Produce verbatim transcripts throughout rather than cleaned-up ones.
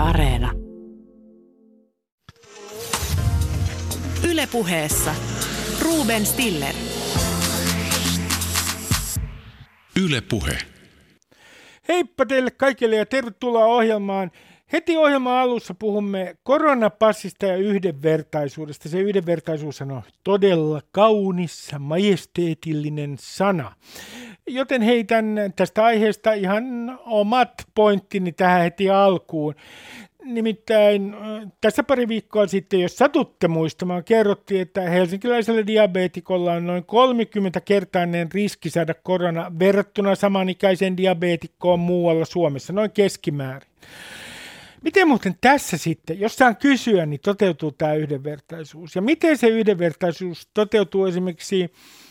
Areena. Yle Puheessa Ruben Stiller. Yle Puhe. Heippa teille kaikille ja tervetuloa ohjelmaan. Heti ohjelman alussa puhumme koronapassista ja yhdenvertaisuudesta. Se yhdenvertaisuus on todella kaunis, majesteetillinen sana. Joten heitän tästä aiheesta ihan omat pointtini tähän heti alkuun. Nimittäin tässä pari viikkoa sitten, jos satutte muistamaan, kerrottiin, että helsinkiläisellä diabeetikolla on noin kolmekymmentäkertainen riski saada korona verrattuna samanikäiseen diabeetikkoon muualla Suomessa, noin keskimäärin. Miten muuten tässä sitten, jos saan kysyä, niin toteutuu tämä yhdenvertaisuus? Ja miten se yhdenvertaisuus toteutuu esimerkiksi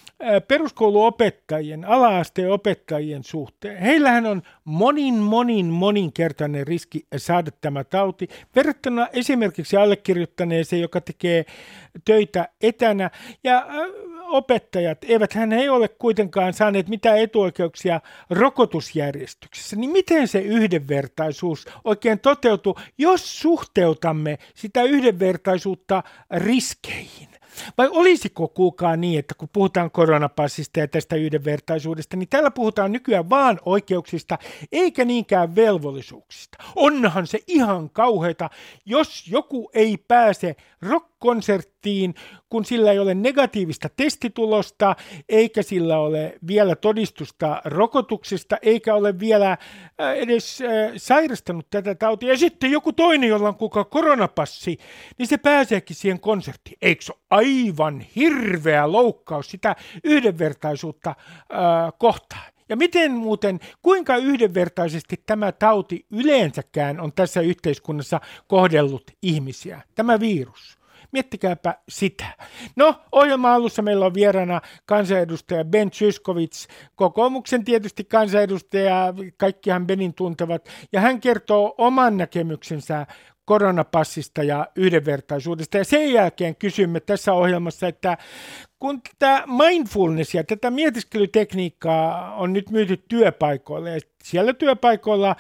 peruskouluopettajien, ala-asteen opettajien suhteen? Heillähän on monin, monin, moninkertainen riski saada tämä tauti verrattuna esimerkiksi allekirjoittaneeseen, joka tekee töitä etänä. Ja opettajat, eivät hän ei ole kuitenkaan saaneet mitään etuoikeuksia rokotusjärjestyksessä. Niin miten se yhdenvertaisuus oikein toteutuu, jos suhteutamme sitä yhdenvertaisuutta riskeihin? Vai olisiko kukaan niin, että kun puhutaan koronapassista ja tästä yhdenvertaisuudesta, niin täällä puhutaan nykyään vaan oikeuksista, eikä niinkään velvollisuuksista. Onhan se ihan kauheata, jos joku ei pääse rock-konserttiin, kun sillä ei ole negatiivista testitulosta, eikä sillä ole vielä todistusta rokotuksesta, eikä ole vielä edes sairastanut tätä tautia. Ja sitten joku toinen, jolla on kuka koronapassi, niin se pääseekin siihen konserttiin. Eikö se ole aivan hirveä loukkaus sitä yhdenvertaisuutta ää, kohtaan? Ja miten muuten, kuinka yhdenvertaisesti tämä tauti yleensäkään on tässä yhteiskunnassa kohdellut ihmisiä, tämä virus? Miettikääpä sitä. No, ohjelman alussa meillä on vieraana kansanedustaja Ben Zyskowicz, kokoomuksen tietysti kansanedustaja, kaikkihan Benin tuntevat, ja hän kertoo oman näkemyksensä koronapassista ja yhdenvertaisuudesta. Ja sen jälkeen kysymme tässä ohjelmassa, että kun tätä mindfulnessia, tätä mietiskelytekniikkaa on nyt myyty työpaikoille, ja siellä työpaikoilla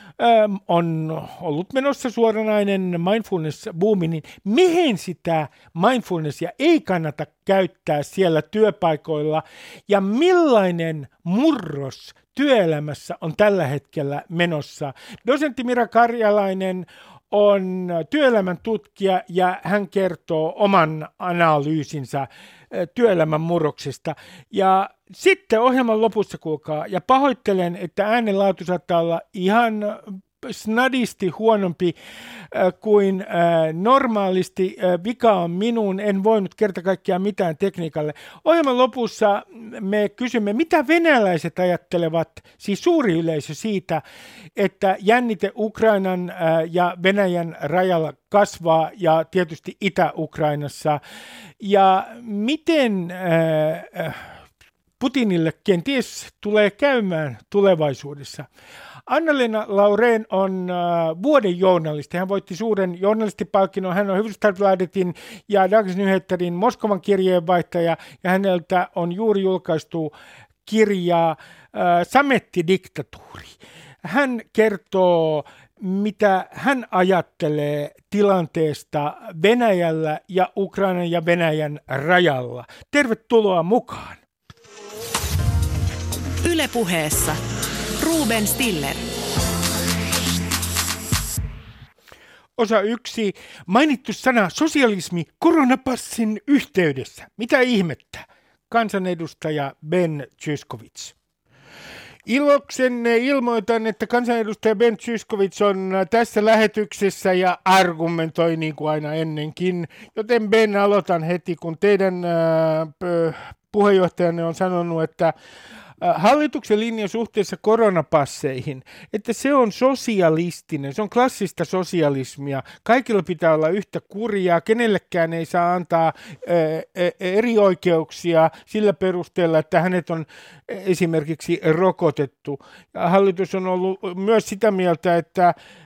on ollut menossa suoranainen mindfulness-buumi, niin mihin sitä mindfulnessia ei kannata käyttää siellä työpaikoilla ja millainen murros työelämässä on tällä hetkellä menossa? Dosentti Mira Karjalainen on työelämän tutkija ja hän kertoo oman analyysinsä työelämän murroksesta. Ja sitten ohjelman lopussa, kuulkaa, ja pahoittelen, että äänenlaatu saattaa olla ihan snadisti huonompi äh, kuin äh, normaalisti. Äh, vika on minun, en voinut kerta kaikkiaan mitään tekniikalle. Ohjelman lopussa me kysymme, mitä venäläiset ajattelevat, siis suuri yleisö siitä, että jännite Ukrainan äh, ja Venäjän rajalla kasvaa ja tietysti Itä-Ukrainassa. Ja miten äh, Putinille kenties tulee käymään tulevaisuudessa? Anna-Leena Laurén on äh, vuoden journalisti. Hän voitti suuren journalistipalkinnon. Hän on Hufvudstadsbladetin ja Dagens Nyheterin Moskovan kirjeenvaihtaja ja häneltä on juuri julkaistu kirja äh, Samettidiktatuuri. Hän kertoo, mitä hän ajattelee tilanteesta Venäjällä ja Ukrainan ja Venäjän rajalla. Tervetuloa mukaan. Yle Puheessa Ruben Stiller. Osa yksi. Mainittu sana sosialismi koronapassin yhteydessä. Mitä ihmettä? Kansanedustaja Ben Zyskowicz. Iloksenne ilmoitan, että kansanedustaja Ben Zyskowicz on tässä lähetyksessä ja argumentoi niin kuin aina ennenkin. Joten Ben, aloitan heti, kun teidän äh, puheenjohtajanne on sanonut, että hallituksen linja suhteessa koronapasseihin, että se on sosialistinen, se on klassista sosialismia. Kaikilla pitää olla yhtä kurjaa, kenellekään ei saa antaa eri oikeuksia sillä perusteella, että hänet on esimerkiksi rokotettu. Hallitus on ollut myös sitä mieltä, että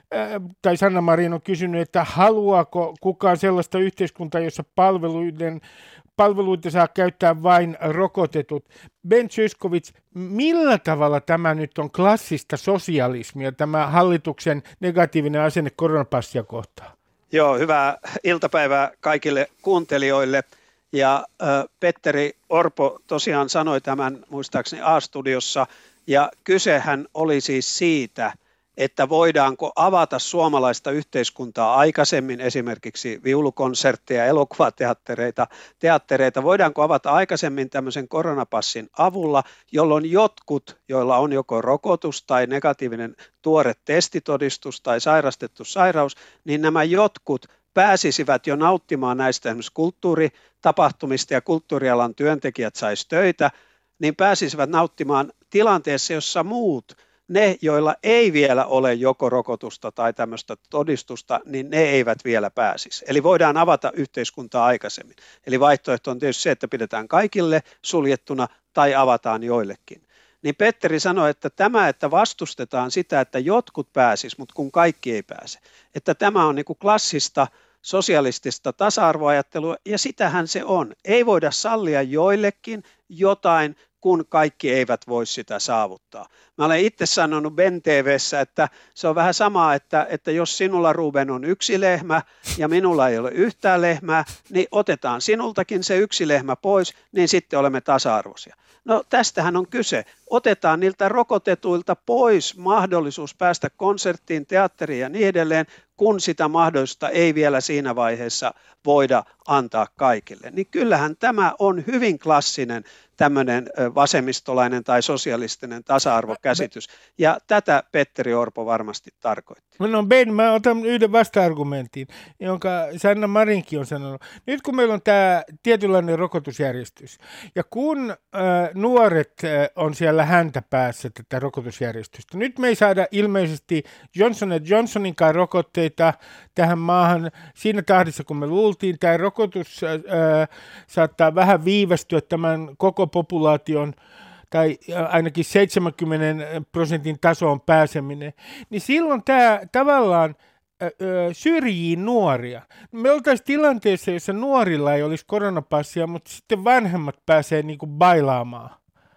tai Sanna Marin on kysynyt, että haluaako kukaan sellaista yhteiskuntaa, jossa palveluiden, palveluita saa käyttää vain rokotetut. Ben Zyskowicz, millä tavalla tämä nyt on klassista sosialismia, tämä hallituksen negatiivinen asenne koronapassia kohtaan? Joo, hyvää iltapäivää kaikille kuuntelijoille. Ja äh, Petteri Orpo tosiaan sanoi tämän muistaakseni A-studiossa, ja kysehän oli siis siitä, että voidaanko avata suomalaista yhteiskuntaa aikaisemmin, esimerkiksi viulukonsertteja, elokuvateattereita, teattereita, voidaanko avata aikaisemmin tämmöisen koronapassin avulla, jolloin jotkut, joilla on joko rokotus tai negatiivinen tuore testitodistus tai sairastettu sairaus, niin nämä jotkut pääsisivät jo nauttimaan näistä esimerkiksi kulttuuritapahtumista ja kulttuurialan työntekijät sais töitä, niin pääsisivät nauttimaan tilanteessa, jossa muut, ne joilla ei vielä ole joko rokotusta tai tämmöistä todistusta, niin ne eivät vielä pääsisi. Eli voidaan avata yhteiskuntaa aikaisemmin. Eli vaihtoehto on tietysti se, että pidetään kaikille suljettuna tai avataan joillekin. Niin Petteri sanoi, että tämä, että vastustetaan sitä, että jotkut pääsis, mutta kun kaikki ei pääse, että tämä on niin kuin klassista sosialistista tasa-arvoajattelua, ja sitähän se on. Ei voida sallia joillekin jotain, kun kaikki eivät voi sitä saavuttaa. Mä olen itse sanonut Ben T V:ssä, että se on vähän sama, että, että jos sinulla, Ruben, on yksi lehmä ja minulla ei ole yhtään lehmää, niin otetaan sinultakin se yksi lehmä pois, niin sitten olemme tasa-arvoisia. No tästähän on kyse. Otetaan niiltä rokotetuilta pois mahdollisuus päästä konserttiin, teatteriin ja niin edelleen, kun sitä mahdollista ei vielä siinä vaiheessa voida antaa kaikille. Niin kyllähän tämä on hyvin klassinen tämmöinen vasemmistolainen tai sosialistinen tasa-arvokäsitys. Ja tätä Petteri Orpo varmasti tarkoitti. No Ben, mä otan yhden vasta-argumentin, jonka Sanna Marinkin on sanonut. Nyt kun meillä on tämä tietynlainen rokotusjärjestys, ja kun äh, nuoret äh, on siellä häntä päässä tätä rokotusjärjestystä, nyt me ei saada ilmeisesti Johnson and Johnsoninkaan rokotteita tähän maahan siinä tahdissa, kun me luultiin. Tämä rokotus äh, saattaa vähän viivästyä tämän koko populaation tai ainakin seitsemänkymmentä prosentin tasoon pääseminen, niin silloin tämä tavallaan ö, syrjii nuoria. Me oltaisiin tilanteessa, jossa nuorilla ei olisi koronapassia, mutta sitten vanhemmat pääsee niin kuin bailaamaan.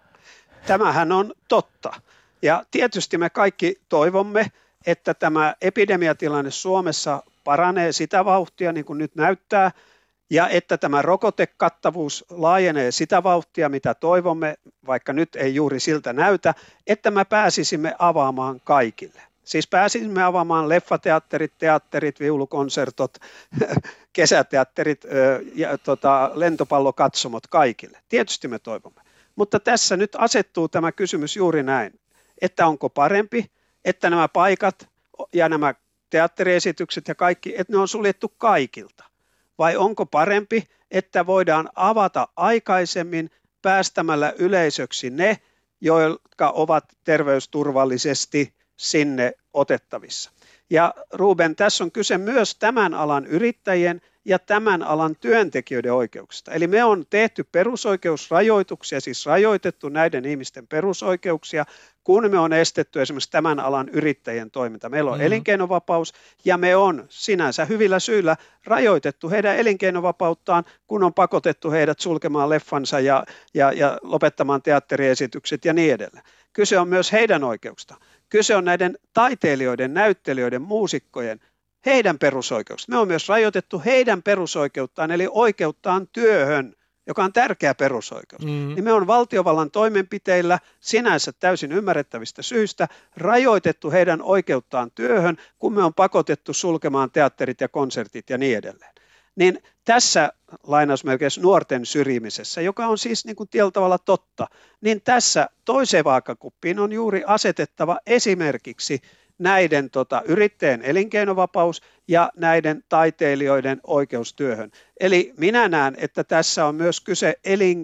Tämähän on totta. Ja tietysti me kaikki toivomme, että tämä epidemiatilanne Suomessa paranee sitä vauhtia, niin kuin nyt näyttää, ja että tämä rokotekattavuus laajenee sitä vauhtia, mitä toivomme, vaikka nyt ei juuri siltä näytä, että me pääsisimme avaamaan kaikille. Siis pääsisimme avaamaan leffateatterit, teatterit, viulukonsertot, kesäteatterit, ja, tota, lentopallokatsomot kaikille. Tietysti me toivomme. Mutta tässä nyt asettuu tämä kysymys juuri näin, että onko parempi, että nämä paikat ja nämä teatteriesitykset ja kaikki, että ne on suljettu kaikilta. Vai onko parempi, että voidaan avata aikaisemmin päästämällä yleisöksi ne, jotka ovat terveysturvallisesti sinne otettavissa. Ja Ruben, tässä on kyse myös tämän alan yrittäjien ja tämän alan työntekijöiden oikeuksista. Eli me on tehty perusoikeusrajoituksia, siis rajoitettu näiden ihmisten perusoikeuksia, kun me on estetty esimerkiksi tämän alan yrittäjien toiminta. Meillä on mm-hmm. elinkeinovapaus ja me on sinänsä hyvillä syillä rajoitettu heidän elinkeinovapauttaan, kun on pakotettu heidät sulkemaan leffansa ja, ja, ja lopettamaan teatteriesitykset ja niin edelleen. Kyse on myös heidän oikeuksista. Kyse on näiden taiteilijoiden, näyttelijöiden, muusikkojen, heidän perusoikeuksia. Me on myös rajoitettu heidän perusoikeuttaan, eli oikeuttaan työhön, joka on tärkeä perusoikeus. Mm-hmm. Niin me on valtiovallan toimenpiteillä sinänsä täysin ymmärrettävistä syistä rajoitettu heidän oikeuttaan työhön, kun me on pakotettu sulkemaan teatterit ja konsertit ja niin edelleen. Niin tässä lainausmerkeissä nuorten syrjimisessä, joka on siis niin kuin tietyllä tavalla totta, niin tässä toiseen vaakakuppiin on juuri asetettava esimerkiksi näiden tota, yrittäjien elinkeinovapaus ja näiden taiteilijoiden oikeustyöhön. Eli minä näen, että tässä on myös kyse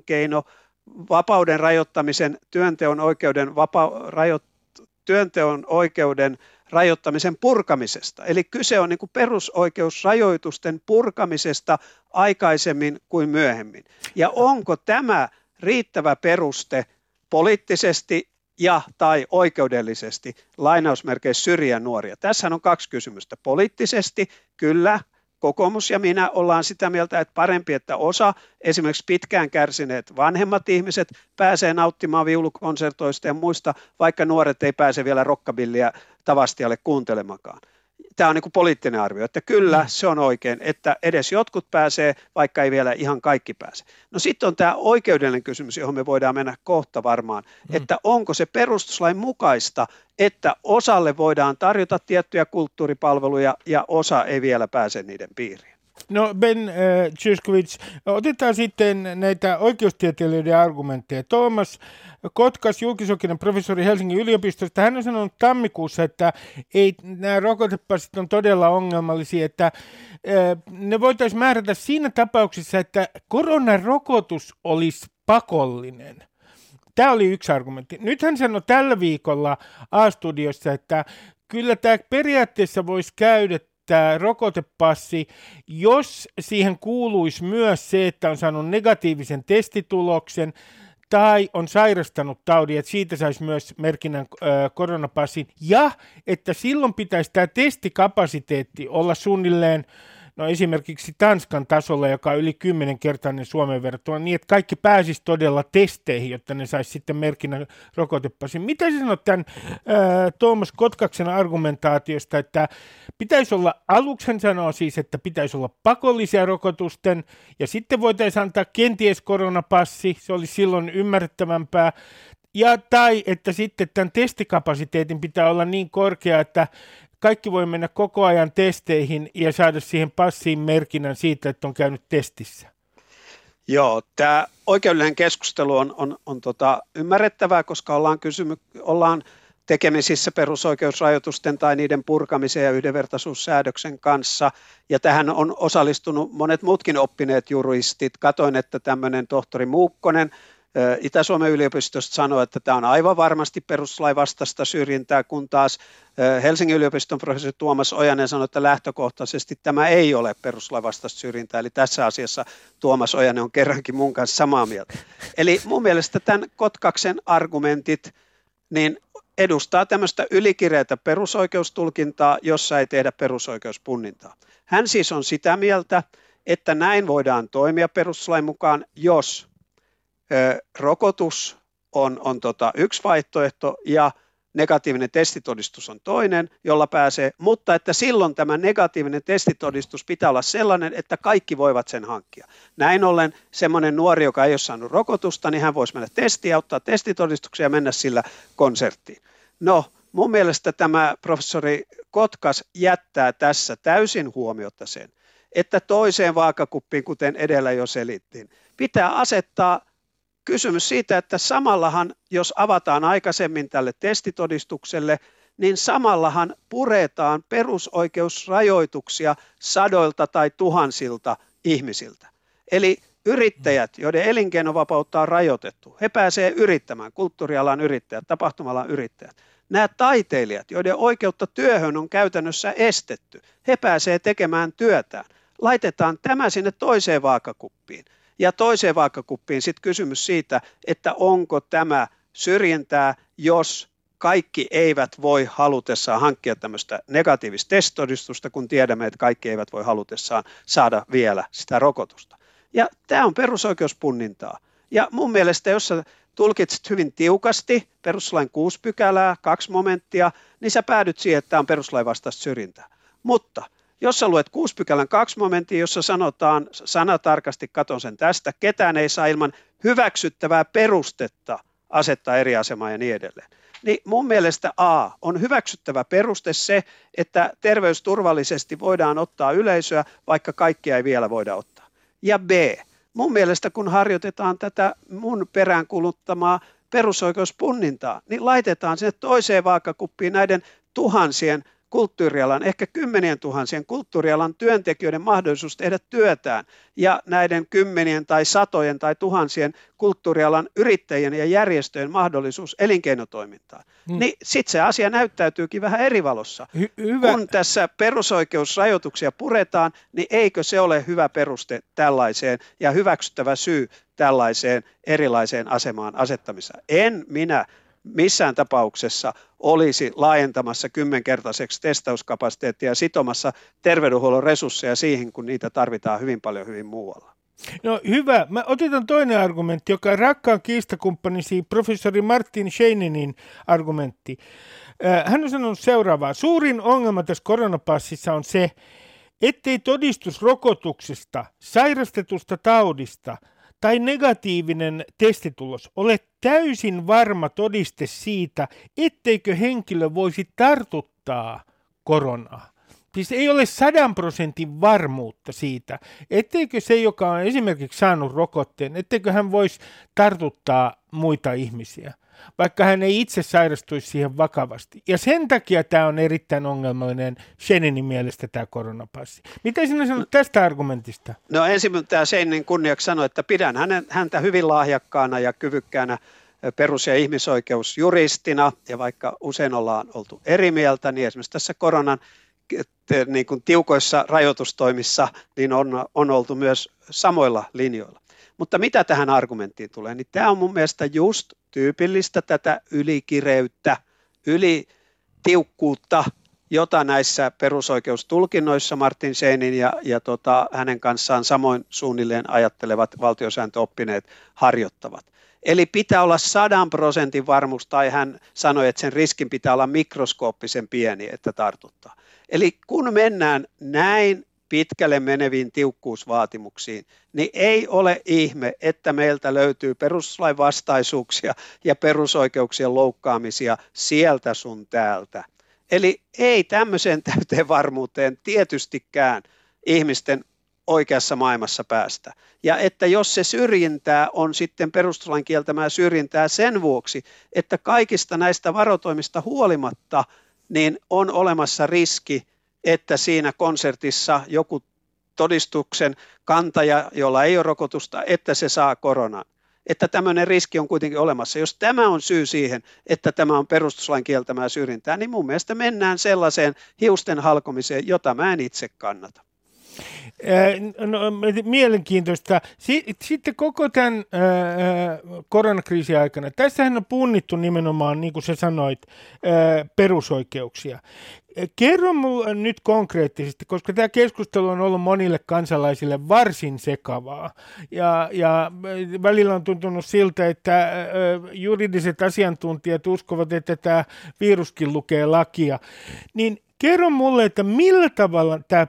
elinkeinovapauden rajoittamisen, työnteon oikeuden, vapa- rajo- työnteon oikeuden rajoittamisen purkamisesta. Eli kyse on niin kuin perusoikeusrajoitusten purkamisesta aikaisemmin kuin myöhemmin. Ja onko tämä riittävä peruste poliittisesti ja tai oikeudellisesti lainausmerkeissä syrjiä nuoria. Tässähän on kaksi kysymystä. Poliittisesti kyllä kokoomus ja minä ollaan sitä mieltä, että parempi, että osa esimerkiksi pitkään kärsineet vanhemmat ihmiset pääsee nauttimaan viulukonsertoista ja muista, vaikka nuoret ei pääse vielä rockabillyä Tavastialle kuuntelemakaan. Tämä on niin kuin poliittinen arvio, että kyllä se on oikein, että edes jotkut pääsee, vaikka ei vielä ihan kaikki pääse. No sitten on tämä oikeudellinen kysymys, johon me voidaan mennä kohta varmaan, mm. että onko se perustuslain mukaista, että osalle voidaan tarjota tiettyjä kulttuuripalveluja ja osa ei vielä pääse niiden piiriin. No Ben Zyskowicz, otetaan sitten näitä oikeustieteilijöiden argumentteja. Tuomas Kotkas, julkisoikeuden professori Helsingin yliopistosta, hän on sanonut tammikuussa, että ei, nämä rokotepassit on todella ongelmallisia, että ne voitaisiin määrätä siinä tapauksessa, että koronarokotus olisi pakollinen. Tämä oli yksi argumentti. Nyt hän sanoi tällä viikolla A-studiossa, että kyllä tämä periaatteessa voisi käydä tämä rokotepassi, jos siihen kuuluisi myös se, että on saanut negatiivisen testituloksen tai on sairastanut taudin, että siitä saisi myös merkinnän äh, koronapassin, ja että silloin pitäisi tämä testikapasiteetti olla suunnilleen, no esimerkiksi Tanskan tasolla, joka on yli kymmenkertainen Suomen verrattuna, niin että kaikki pääsisi todella testeihin, jotta ne saisi sitten merkinnän rokotepassin. Mitä sä sanot tämän äh, Tuomas Kotkaksen argumentaatiosta, että pitäisi olla, aluksi hän sanoo siis, että pitäisi olla pakollisia rokotusten, ja sitten voitaisiin antaa kenties koronapassi, se olisi silloin ymmärrettävämpää, ja tai että sitten tämän testikapasiteetin pitää olla niin korkea, että kaikki voi mennä koko ajan testeihin ja saada siihen passiin merkinnän siitä, että on käynyt testissä. Joo, tämä oikeudellinen keskustelu on, on, on tota ymmärrettävää, koska ollaan, kysymy- ollaan tekemisissä perusoikeusrajoitusten tai niiden purkamisen ja yhdenvertaisuussäädöksen kanssa. Ja tähän on osallistunut monet muutkin oppineet juristit. Katoin, että tämmöinen tohtori Muukkonen Itä-Suomen yliopistosta sanoi, että tämä on aivan varmasti perustuslain vastaista syrjintää, kun taas Helsingin yliopiston professori Tuomas Ojanen sanoi, että lähtökohtaisesti tämä ei ole perustuslain vastaista syrjintää. Eli tässä asiassa Tuomas Ojanen on kerrankin mun kanssa samaa mieltä. Eli mun mielestä tämän Kotkaksen argumentit niin edustaa tämmöistä ylikireätä perusoikeustulkintaa, jossa ei tehdä perusoikeuspunnintaa. Hän siis on sitä mieltä, että näin voidaan toimia perustuslain mukaan, jos rokotus on, on tota yksi vaihtoehto ja negatiivinen testitodistus on toinen, jolla pääsee, mutta että silloin tämä negatiivinen testitodistus pitää olla sellainen, että kaikki voivat sen hankkia. Näin ollen semmoinen nuori, joka ei ole saanut rokotusta, niin hän voisi mennä testiin ja ottaa testitodistuksia ja mennä sillä konserttiin. No, mun mielestä tämä professori Kotkas jättää tässä täysin huomiota sen, että toiseen vaakakuppiin, kuten edellä jo selittiin, pitää asettaa kysymys siitä, että samallahan, jos avataan aikaisemmin tälle testitodistukselle, niin samallahan puretaan perusoikeusrajoituksia sadoilta tai tuhansilta ihmisiltä. Eli yrittäjät, joiden elinkeinovapautta on rajoitettu, he pääsevät yrittämään, kulttuurialan yrittäjät, tapahtuma-alan yrittäjät. Nämä taiteilijat, joiden oikeutta työhön on käytännössä estetty, he pääsevät tekemään työtään. Laitetaan tämä sinne toiseen vaakakuppiin. Ja toiseen vaakakuppiin sitten kysymys siitä, että onko tämä syrjintää, jos kaikki eivät voi halutessaan hankkia tämmöistä negatiivista testitodistusta, kun tiedämme, että kaikki eivät voi halutessaan saada vielä sitä rokotusta. Ja tämä on perusoikeuspunnintaa. Ja mun mielestä, jos sä tulkitset hyvin tiukasti perustuslain kuusi pykälää, kaksi momenttia, niin sä päädyt siihen, että tämä on perustuslain vastaista syrjintää. Mutta jos sä luet kuusi pykälän kaksi momenttia, jossa sanotaan sanatarkasti, katon sen tästä, ketään ei saa ilman hyväksyttävää perustetta asettaa eri asemaan ja niin edelleen. Niin mun mielestä A, on hyväksyttävä peruste se, että terveysturvallisesti voidaan ottaa yleisöä, vaikka kaikkia ei vielä voida ottaa. Ja B, mun mielestä kun harjoitetaan tätä mun peräänkuluttamaa perusoikeuspunnintaa, niin laitetaan sinne toiseen vaakakuppiin näiden tuhansien kulttuurialan, ehkä kymmenien tuhansien kulttuurialan työntekijöiden mahdollisuus tehdä työtään ja näiden kymmenien tai satojen tai tuhansien kulttuurialan yrittäjien ja järjestöjen mahdollisuus elinkeinotoimintaan. Hmm. Niin sitten se asia näyttäytyykin vähän eri valossa. Hy- hyvä. Kun tässä perusoikeusrajoituksia puretaan, niin eikö se ole hyvä peruste tällaiseen ja hyväksyttävä syy tällaiseen erilaiseen asemaan asettamiseen? En minä missään tapauksessa olisi laajentamassa kymmenkertaiseksi testauskapasiteettia ja sitomassa terveydenhuollon resursseja siihen, kun niitä tarvitaan hyvin paljon hyvin muualla. No hyvä. Mä otetaan toinen argumentti, joka on rakkaan kiistakumppanisi professori Martin Scheininin argumentti. Hän on sanonut seuraavaa. Suurin ongelma tässä koronapassissa on se, ettei todistus rokotuksesta, sairastetusta taudista tai negatiivinen testitulos ole täysin varma todiste siitä, etteikö henkilö voisi tartuttaa koronaa. Siis ei ole sadan prosentin varmuutta siitä, etteikö se, joka on esimerkiksi saanut rokotteen, etteikö hän voisi tartuttaa muita ihmisiä, vaikka hän ei itse sairastuisi siihen vakavasti. Ja sen takia tämä on erittäin ongelmallinen Scheininin mielestä tämä koronapassi. Mitä sinä sanot tästä argumentista? No ensin tämä Scheinin kunniaksi sanoi, että pidän häntä hyvin lahjakkaana ja kyvykkäänä perus- ja ihmisoikeusjuristina, ja vaikka usein ollaan oltu eri mieltä, niin esimerkiksi tässä koronan niin kuin tiukoissa rajoitustoimissa niin on, on oltu myös samoilla linjoilla. Mutta mitä tähän argumenttiin tulee, niin tämä on mun mielestä just tyypillistä tätä ylikireyttä, ylitiukkuutta, jota näissä perusoikeustulkinnoissa Martin Scheinin ja, ja tota, hänen kanssaan samoin suunnilleen ajattelevat valtiosääntöoppineet harjoittavat. Eli pitää olla sadan prosentin varmuus, tai hän sanoi, että sen riskin pitää olla mikroskooppisen pieni, että tartuttaa. Eli kun mennään näin pitkälle meneviin tiukkuusvaatimuksiin, niin ei ole ihme, että meiltä löytyy perustuslain vastaisuuksia ja perusoikeuksien loukkaamisia sieltä sun täältä. Eli ei tämmöiseen täyteen varmuuteen tietystikään ihmisten oikeassa maailmassa päästä. Ja että jos se syrjintää on sitten perustuslain kieltämää syrjintää sen vuoksi, että kaikista näistä varotoimista huolimatta niin on olemassa riski, että siinä konsertissa joku todistuksen kantaja, jolla ei ole rokotusta, että se saa koronan. Että tämmöinen riski on kuitenkin olemassa. Jos tämä on syy siihen, että tämä on perustuslain kieltämää syrjintää, niin mun mielestä mennään sellaiseen hiusten halkomiseen, jota mä en itse kannata. No, mielenkiintoista. Sitten koko tämän äh, koronakriisin aikana, tässähän on punnittu nimenomaan, niin kuin sä sanoit, äh, perusoikeuksia. Kerro mulle nyt konkreettisesti, koska tämä keskustelu on ollut monille kansalaisille varsin sekavaa, ja, ja välillä on tuntunut siltä, että äh, juridiset asiantuntijat uskovat, että tämä viruskin lukee lakia, niin kerro mulle, että millä tavalla tämä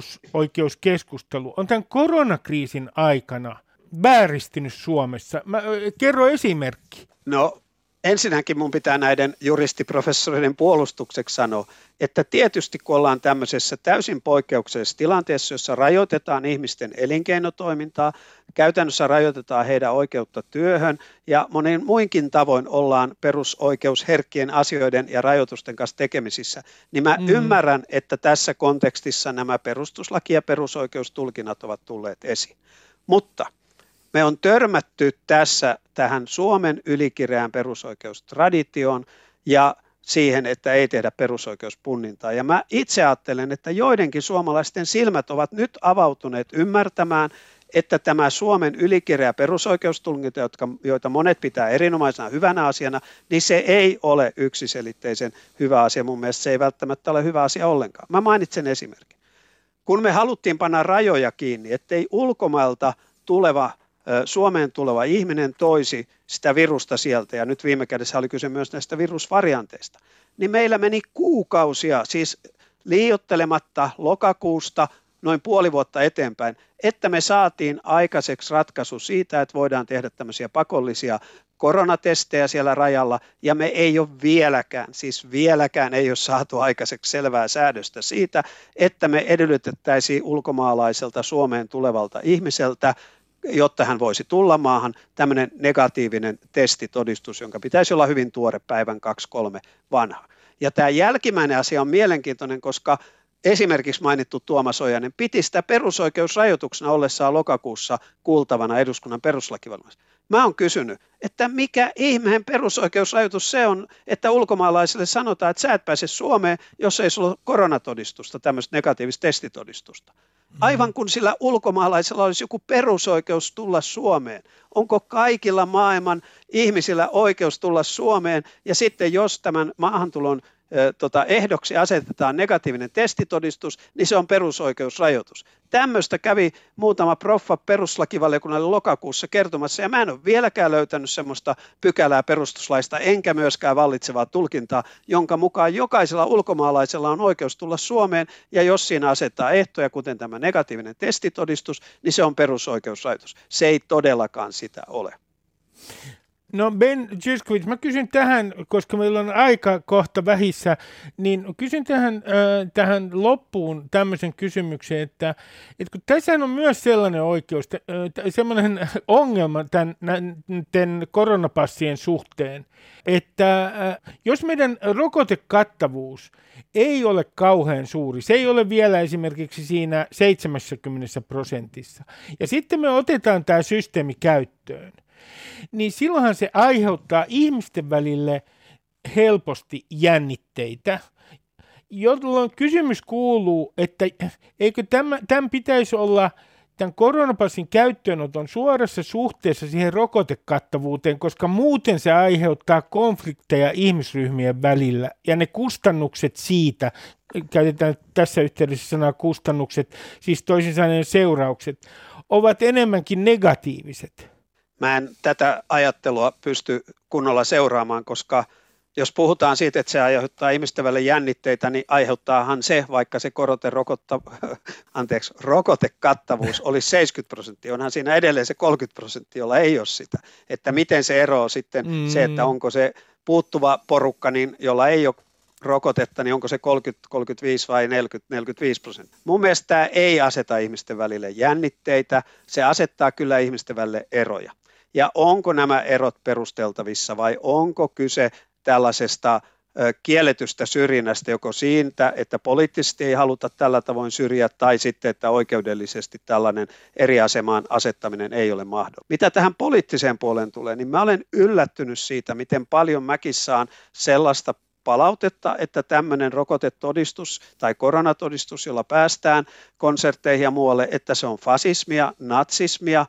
perusoikeuskeskustelu on tämän koronakriisin aikana vääristynyt Suomessa? Mä, kerro esimerkki. No ensinnäkin mun pitää näiden juristiprofessoreiden puolustukseksi sanoa, että tietysti kun ollaan tämmöisessä täysin poikkeuksellisessa tilanteessa, jossa rajoitetaan ihmisten elinkeinotoimintaa, käytännössä rajoitetaan heidän oikeutta työhön ja monin muinkin tavoin ollaan perusoikeusherkkien asioiden ja rajoitusten kanssa tekemisissä, niin mä mm. ymmärrän, että tässä kontekstissa nämä perustuslaki- ja perusoikeustulkinnat ovat tulleet esiin. Mutta me on törmätty tässä tähän Suomen ylikireään perusoikeustraditioon ja siihen, että ei tehdä perusoikeuspunnintaa. Ja mä itse ajattelen, että joidenkin suomalaisten silmät ovat nyt avautuneet ymmärtämään, että tämä Suomen ylikireä perusoikeustulkinta, jotka, joita monet pitää erinomaisena hyvänä asiana, niin se ei ole yksiselitteisen hyvä asia. Mun mielestä se ei välttämättä ole hyvä asia ollenkaan. Mä mainitsen esimerkin. Kun me haluttiin panna rajoja kiinni, ettei ulkomailta tuleva Suomeen tuleva ihminen toisi sitä virusta sieltä, ja nyt viime kädessä oli kyse myös näistä virusvarianteista, niin meillä meni kuukausia, siis liioittelematta lokakuusta noin puoli vuotta eteenpäin, että me saatiin aikaiseksi ratkaisu siitä, että voidaan tehdä tämmöisiä pakollisia koronatestejä siellä rajalla, ja me ei ole vieläkään, siis vieläkään ei ole saatu aikaiseksi selvää säädöstä siitä, että me edellytettäisiin ulkomaalaiselta Suomeen tulevalta ihmiseltä, jotta hän voisi tulla maahan, tämmöinen negatiivinen testitodistus, jonka pitäisi olla hyvin tuore, päivän kaksi kolme vanha. Ja tämä jälkimmäinen asia on mielenkiintoinen, koska esimerkiksi mainittu Tuomas Ojanen, piti sitä perusoikeusrajoituksena ollessaan lokakuussa kuultavana eduskunnan perustuslakivaliokunnassa. Mä oon kysynyt, että mikä ihmeen perusoikeusrajoitus se on, että ulkomaalaisille sanotaan, että sä et pääse Suomeen, jos ei sulla ole koronatodistusta, tämmöistä negatiivista testitodistusta. Aivan kun sillä ulkomaalaisella olisi joku perusoikeus tulla Suomeen. Onko kaikilla maailman ihmisillä oikeus tulla Suomeen ja sitten jos tämän maahantulon Tota, ehdoksi asetetaan negatiivinen testitodistus, niin se on perusoikeusrajoitus. Tämmöistä kävi muutama proffa perustuslakivaliokunnalle lokakuussa kertomassa, ja mä en ole vieläkään löytänyt semmoista pykälää perustuslaista, enkä myöskään vallitsevaa tulkintaa, jonka mukaan jokaisella ulkomaalaisella on oikeus tulla Suomeen, ja jos siinä asettaa ehtoja, kuten tämä negatiivinen testitodistus, niin se on perusoikeusrajoitus. Se ei todellakaan sitä ole. No Ben Zyskowicz, mä kysyn tähän, koska meillä on aika kohta vähissä, niin kysyn tähän, äh, tähän loppuun tämmöisen kysymyksen, että, että kun tässä on myös sellainen oikeus, äh, sellainen ongelma tämän, tämän koronapassien suhteen, että äh, jos meidän rokotekattavuus ei ole kauhean suuri, se ei ole vielä esimerkiksi siinä seitsemänkymmentä prosentissa, ja sitten me otetaan tämä systeemi käyttöön, niin silloinhan se aiheuttaa ihmisten välille helposti jännitteitä, jolloin kysymys kuuluu, että eikö tämän, tämän pitäisi olla tämän koronapassin käyttöönoton suorassa suhteessa siihen rokotekattavuuteen, koska muuten se aiheuttaa konflikteja ihmisryhmien välillä, ja ne kustannukset siitä, käytetään tässä yhteydessä sanaa kustannukset, siis toisin sanoen seuraukset, ovat enemmänkin negatiiviset. Mä en tätä ajattelua pysty kunnolla seuraamaan, koska jos puhutaan siitä, että se aiheuttaa ihmisten välillä jännitteitä, niin aiheuttaahan se, vaikka se korote, rokotta, anteeksi, rokotekattavuus olisi seitsemänkymmentä prosenttia, onhan siinä edelleen se kolmekymmentä prosenttia, jolla ei ole sitä. Että miten se ero sitten mm. se, että onko se puuttuva porukka, niin jolla ei ole rokotetta, niin onko se kolmekymmentä, kolmekymmentäviisi vai neljäkymmentä, neljäkymmentäviisi prosenttia. Mun mielestä tämä ei aseta ihmisten välille jännitteitä, se asettaa kyllä ihmisten välille eroja. Ja onko nämä erot perusteltavissa vai onko kyse tällaisesta ö, kielletystä syrjinnästä, joko siitä, että poliittisesti ei haluta tällä tavoin syrjiä, tai sitten, että oikeudellisesti tällainen eri asemaan asettaminen ei ole mahdollista. Mitä tähän poliittiseen puoleen tulee, niin mä olen yllättynyt siitä, miten paljon mäkin saan sellaista palautetta, että tämmöinen rokotetodistus tai koronatodistus, jolla päästään konsertteihin ja muualle, että se on fasismia, natsismia,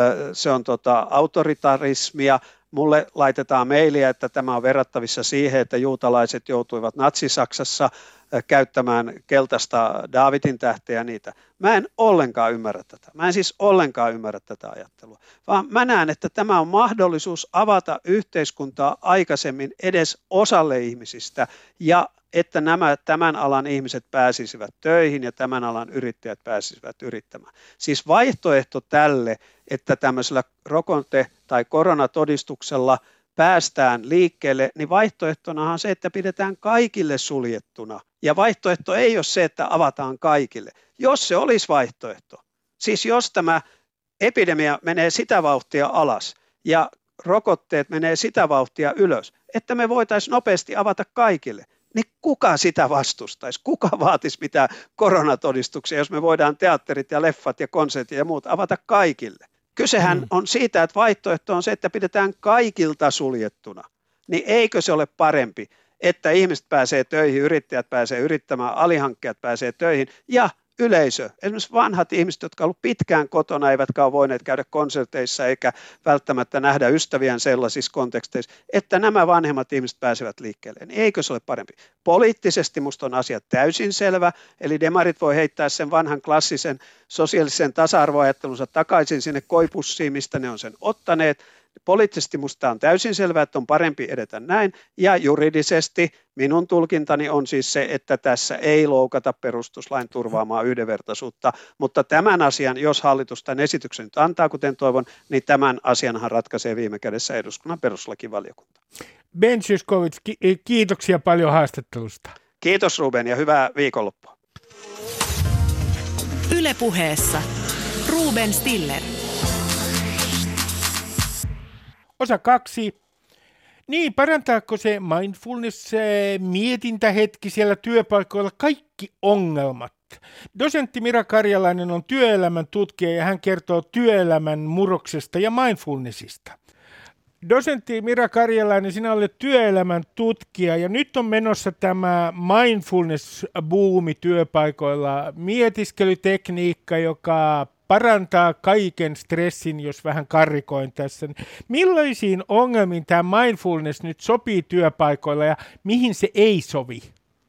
se on tota autoritarismia. Mulle laitetaan mailia, että tämä on verrattavissa siihen, että juutalaiset joutuivat Natsi-Saksassa käyttämään keltaista Daavidin tähteä ja niitä. Mä en ollenkaan ymmärrä tätä. Mä en siis ollenkaan ymmärrä tätä ajattelua, vaan mä näen, että tämä on mahdollisuus avata yhteiskuntaa aikaisemmin edes osalle ihmisistä ja että nämä tämän alan ihmiset pääsisivät töihin ja tämän alan yrittäjät pääsisivät yrittämään. Siis vaihtoehto tälle, että tämmöisellä rokote- tai koronatodistuksella päästään liikkeelle, niin vaihtoehtonahan on se, että pidetään kaikille suljettuna. Ja vaihtoehto ei ole se, että avataan kaikille. Jos se olisi vaihtoehto, siis jos tämä epidemia menee sitä vauhtia alas ja rokotteet menee sitä vauhtia ylös, että me voitaisiin nopeasti avata kaikille, niin kuka sitä vastustaisi? Kuka vaatisi mitään koronatodistuksia, jos me voidaan teatterit ja leffat ja konsertit ja muut avata kaikille? Kysehän on siitä, että vaihtoehto on se, että pidetään kaikilta suljettuna. Niin eikö se ole parempi, että ihmiset pääsee töihin, yrittäjät pääsee yrittämään, alihankkijat pääsee töihin ja yleisö, esimerkiksi vanhat ihmiset, jotka ovat olleet pitkään kotona, eivätkä ole voineet käydä konserteissa eikä välttämättä nähdä ystäviään sellaisissa konteksteissa, että nämä vanhemmat ihmiset pääsevät liikkeelle. Niin eikö se ole parempi? Poliittisesti musta on asia täysin selvä, eli demarit voi heittää sen vanhan klassisen sosiaalisen tasa-arvoajattelunsa takaisin sinne koipussiin, mistä ne on sen ottaneet. Poliittisesti musta on täysin selvää, että on parempi edetä näin, ja juridisesti minun tulkintani on siis se, että tässä ei loukata perustuslain turvaamaa yhdenvertaisuutta, mutta tämän asian, jos hallitus tämän esityksen nyt antaa, kuten toivon, niin tämän asianhan ratkaisee viime kädessä eduskunnan perustuslakivaliokunta. Ben Zyskowicz, ki- kiitoksia paljon haastattelusta. Kiitos Ruben ja hyvää viikonloppua. Yle Puheessa Ruben Stiller. Osa kaksi. Niin, parantaako se mindfulness-mietintähetki siellä työpaikoilla kaikki ongelmat? Dosentti Mira Karjalainen on työelämän tutkija ja hän kertoo työelämän murroksesta ja mindfulnessista. Dosentti Mira Karjalainen, sinä olet työelämän tutkija ja nyt on menossa tämä mindfulness-buumi työpaikoilla, mietiskelytekniikka, joka parantaa kaiken stressin, jos vähän karrikoin tässä. Millaisiin ongelmiin tämä mindfulness nyt sopii työpaikoilla ja mihin se ei sovi?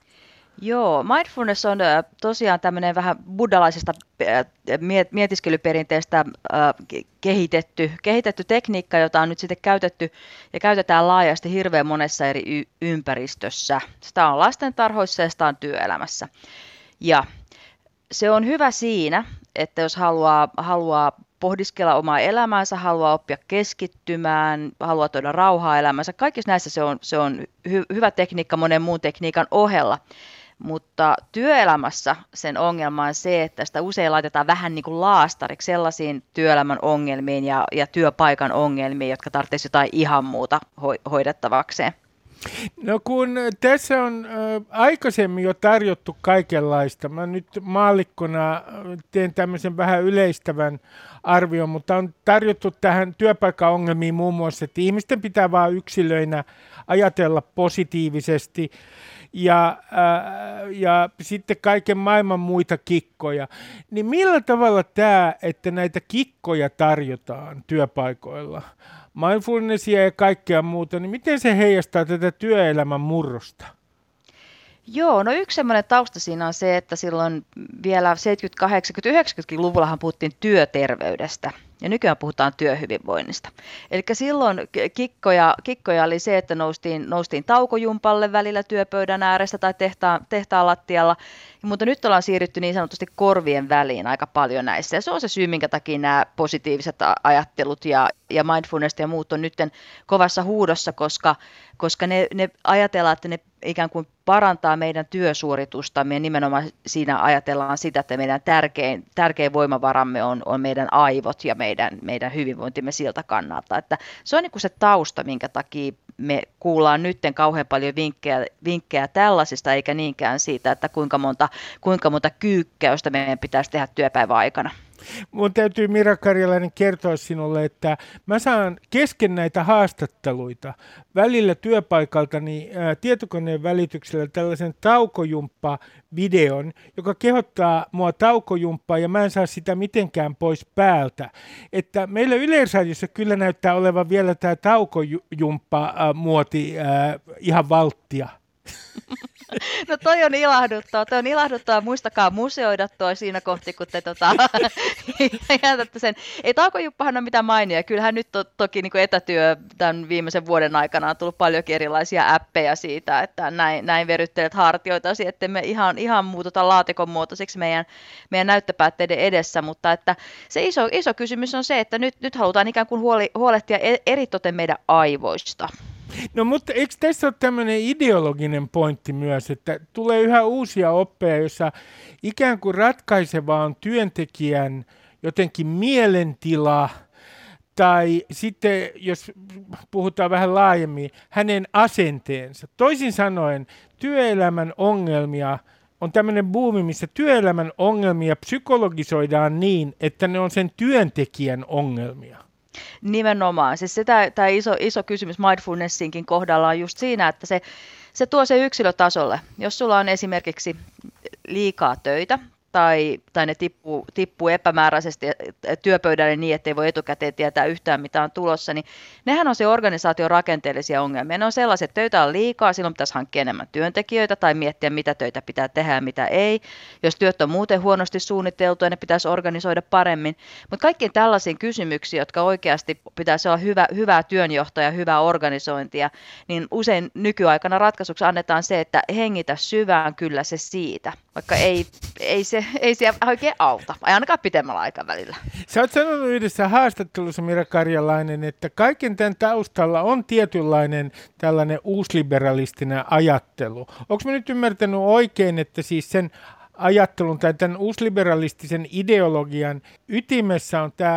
Joo, mindfulness on äh, tosiaan tämmöinen vähän buddhalaisesta äh, mietiskelyperinteestä äh, kehitetty, kehitetty tekniikka, jota on nyt sitten käytetty ja käytetään laajasti hirveän monessa eri y- ympäristössä. Sitä on lastentarhoissa ja sitä on työelämässä. Ja se on hyvä siinä, että jos haluaa, haluaa pohdiskella omaa elämäänsä, haluaa oppia keskittymään, haluaa tuoda rauhaa elämäänsä. Kaikissa näissä se on, se on hy- hyvä tekniikka monen muun tekniikan ohella. Mutta työelämässä sen ongelma on se, että sitä usein laitetaan vähän niin kuin laastariksi sellaisiin työelämän ongelmiin ja, ja työpaikan ongelmiin, jotka tarvitsisi jotain ihan muuta ho- hoidettavakseen. No kun tässä on äh, aikaisemmin jo tarjottu kaikenlaista, mä nyt maallikkona teen tämmöisen vähän yleistävän arvion, mutta on tarjottu tähän työpaikkaongelmiin muun muassa, että ihmisten pitää vaan yksilöinä ajatella positiivisesti ja, äh, ja sitten kaiken maailman muita kikkoja. Niin millä tavalla tämä, että näitä kikkoja tarjotaan työpaikoilla, mindfulnessia ja kaikkea muuta, niin miten se heijastaa tätä työelämän murrosta? Joo, no yksi semmoinen tausta siinä on se, että silloin vielä seitsemänkymmentä-, kahdeksankymmentä-, yhdeksänkymmentäluvullahan puhuttiin työterveydestä ja nykyään puhutaan työhyvinvoinnista. Eli silloin kikkoja, kikkoja oli se, että noustiin, noustiin taukojumpalle välillä työpöydän ääressä tai tehtaan, tehtaan lattialla, mutta nyt ollaan siirrytty niin sanotusti korvien väliin aika paljon näissä. Ja se on se syy, minkä takia nämä positiiviset ajattelut ja, ja mindfulness ja muut on nyt kovassa huudossa, koska, koska ne, ne ajatellaan, että ne ikään kuin parantaa meidän työsuoritustamme ja nimenomaan siinä ajatellaan sitä, että meidän tärkein, tärkein voimavaramme on, on meidän aivot ja meidän, meidän hyvinvointimme siltä kannalta. Että se on niin kuin se tausta, minkä takia me kuullaan nyt kauhean paljon vinkkejä, vinkkejä tällaisista, eikä niinkään siitä, että kuinka monta, kuinka monta kyykkäystä meidän pitäisi tehdä työpäivän aikana. Mun täytyy Mira Karjalainen kertoa sinulle, että mä saan kesken näitä haastatteluita välillä työpaikaltani ää, tietokoneen välityksellä tällaisen taukojumppa-videon, joka kehottaa mua taukojumppaa ja mä en saa sitä mitenkään pois päältä. Että meillä Yleisradiossa kyllä näyttää olevan vielä tämä taukojumppa-muoti ää, ihan valttia. No toi on ilahduttava, toi on ilahduttava, muistakaa museoida toi siinä kohti, kun te tota, jätätte sen. Ei taukojuppahan ole mitään mainia, kyllähän nyt to, toki niin kuin etätyö tämän viimeisen vuoden aikana on tullut paljonkin erilaisia appeja siitä, että näin, näin veryttelet hartioitasi, että me ihan, ihan muututa laatikon muotoisiksi meidän, meidän näyttöpäätteiden edessä, mutta että se iso, iso kysymys on se, että nyt, nyt halutaan ikään kuin huoli, huolehtia eritoten meidän aivoista. No mutta eikö tässä ole tämmöinen ideologinen pointti myös, että tulee yhä uusia oppeja, joissa ikään kuin ratkaisevaa on työntekijän jotenkin mielentila tai sitten, jos puhutaan vähän laajemmin, hänen asenteensa. Toisin sanoen työelämän ongelmia on tämmöinen buumi, missä työelämän ongelmia psykologisoidaan niin, että ne on sen työntekijän ongelmia. Nimenomaan. Siis sitä, tämä iso, iso kysymys mindfulnessinkin kohdalla on just siinä, että se, se tuo se yksilötasolle. Jos sulla on esimerkiksi liikaa töitä, tai, tai ne tippuu, tippuu epämääräisesti työpöydälle niin, ettei voi etukäteen tietää yhtään mitä on tulossa, niin nehän on se organisaation rakenteellisia ongelmia. Ne on sellaiset, että töitä on liikaa, silloin pitäisi hankkia enemmän työntekijöitä tai miettiä, mitä töitä pitää tehdä ja mitä ei. Jos työt on muuten huonosti suunniteltuja, ne pitäisi organisoida paremmin. Mutta kaikkiin tällaisiin kysymyksiin, jotka oikeasti pitäisi olla hyvä, hyvää työnjohtoa ja hyvää organisointia, niin usein nykyaikana ratkaisuksi annetaan se, että hengitä syvään, kyllä se siitä, vaikka ei, ei se ei se oikein auta, ei ainakaan pitemmällä aikavälillä. Sä oot sanonut yhdessä haastattelussa, Mira Karjalainen, että kaiken tämän taustalla on tietynlainen tällainen uusliberalistinen ajattelu. Onko mä nyt ymmärtänyt oikein, että siis sen ajattelun tai tämän uusliberalistisen ideologian ytimessä on tämä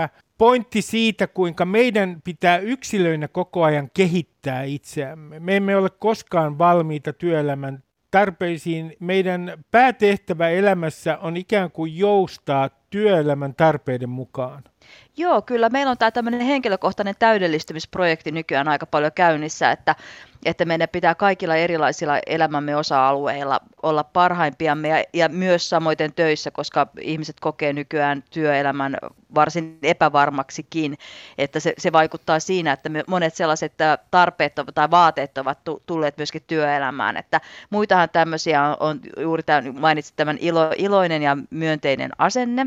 pointti siitä, kuinka meidän pitää yksilöinä koko ajan kehittää itseämme. Me emme ole koskaan valmiita työelämän tarpeisiin. Meidän päätehtävä elämässä on ikään kuin joustaa työelämän tarpeiden mukaan. Joo, kyllä meillä on tämä tämmöinen henkilökohtainen täydellistymisprojekti nykyään aika paljon käynnissä, että, että meidän pitää kaikilla erilaisilla elämämme osa-alueilla olla parhaimpiamme ja, ja myös samoiten töissä, koska ihmiset kokee nykyään työelämän varsin epävarmaksikin, että se, se vaikuttaa siinä, että me, monet sellaiset tarpeet tai vaateet ovat tulleet myöskin työelämään, että muitahan tämmöisiä on, on juuri tämän, mainitsit tämän ilo, iloinen ja myönteinen asenne,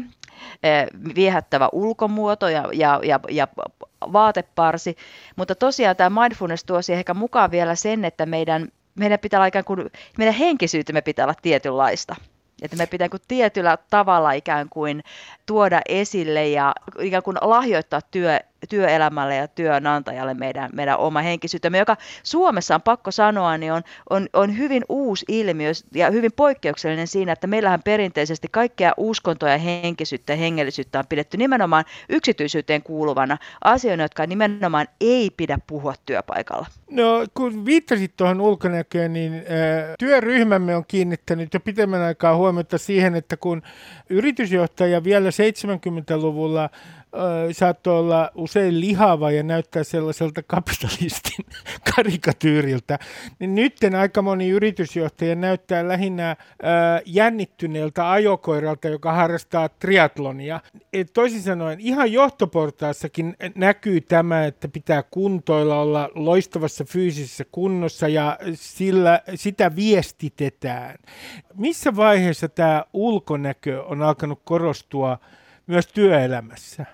viehättävä ulkomuoto ja, ja, ja, ja vaateparsi, mutta tosiaan tämä mindfulness tuo siihen ehkä mukaan vielä sen, että meidän, meidän pitää olla ikään kuin, meidän henkisyytemme pitää olla tietynlaista. Että me pitää tietyllä tavalla ikään kuin tuoda esille ja ikään kuin lahjoittaa työ, työelämälle ja työnantajalle meidän, meidän oma henkisyytemme, joka Suomessa on pakko sanoa, niin on, on, on hyvin uusi ilmiö ja hyvin poikkeuksellinen siinä, että meillähän perinteisesti kaikkea uskontoa ja henkisyyttä ja hengellisyyttä on pidetty nimenomaan yksityisyyteen kuuluvana asioina, jotka nimenomaan ei pidä puhua työpaikalla. No kun viittasit tuohon ulkonäköön, niin äh, työryhmämme on kiinnittänyt jo pitemmän aikaa huomiota siihen, että kun yritysjohtaja vielä seitsemänkymmentäluvulla äh, saattoi olla usein lihava ja näyttää sellaiselta kapitalistin karikatyyriltä, niin nytten aika moni yritysjohtaja näyttää lähinnä äh, jännittyneeltä ajokoiralta, joka harrastaa triatlonia. Et toisin sanoen ihan johtoportaassakin näkyy tämä, että pitää kuntoilla, olla loistavassa fyysisessä kunnossa ja sillä, sitä viestitetään. Missä vaiheessa tämä ulkonäkö on alkanut korostua myös työelämässä?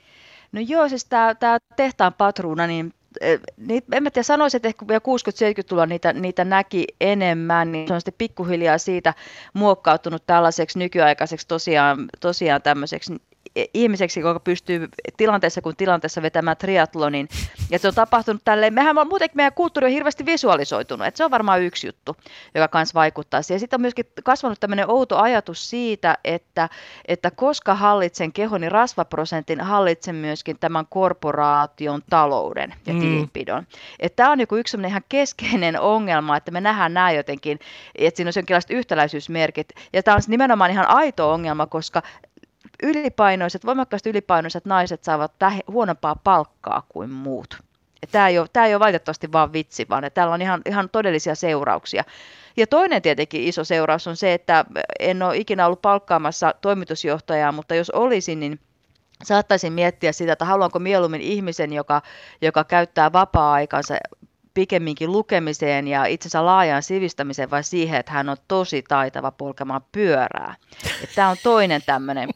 No joo, siis tämä, tämä tehtaan patruuna, niin Niit, en mä tiedä, sanoisin, että ehkä vielä kuusikymmentä-seitsemänkymmentäluvulla niitä, niitä näki enemmän, niin se on sitten pikkuhiljaa siitä muokkautunut tällaiseksi nykyaikaiseksi tosiaan, tosiaan tämmöiseksi ihmiseksi, joka pystyy tilanteessa kuin tilanteessa vetämään triathlonin. Ja se on tapahtunut tälleen, mehän on muutenkin meidän kulttuuri on hirveästi visualisoitunut, että se on varmaan yksi juttu, joka kanssa vaikuttaa siihen. Ja sitten on myöskin kasvanut tämmöinen outo ajatus siitä, että, että koska hallitsen kehon, niin rasvaprosentin hallitsen myöskin tämän korporaation talouden ja tilinpidon. Mm. Tämä on yksi semmoinen ihan keskeinen ongelma, että me nähdään nämä jotenkin, että siinä on jonkinlaiset yhtäläisyysmerkit. Ja tämä on nimenomaan ihan aito ongelma, koska ylipainoiset, voimakkaasti ylipainoiset naiset saavat huonompaa palkkaa kuin muut. Tämä ei ole, tämä ei ole valitettavasti vaan vitsi, vaan täällä on ihan, ihan todellisia seurauksia. Ja toinen tietenkin iso seuraus on se, että en ole ikinä ollut palkkaamassa toimitusjohtajaa, mutta jos olisin, niin saattaisin miettiä sitä, että haluanko mieluummin ihmisen, joka, joka käyttää vapaa-aikansa pikemminkin lukemiseen ja itsensä laajaan sivistämiseen vai siihen, että hän on tosi taitava polkemaan pyörää. Tämä on toinen tämmöinen.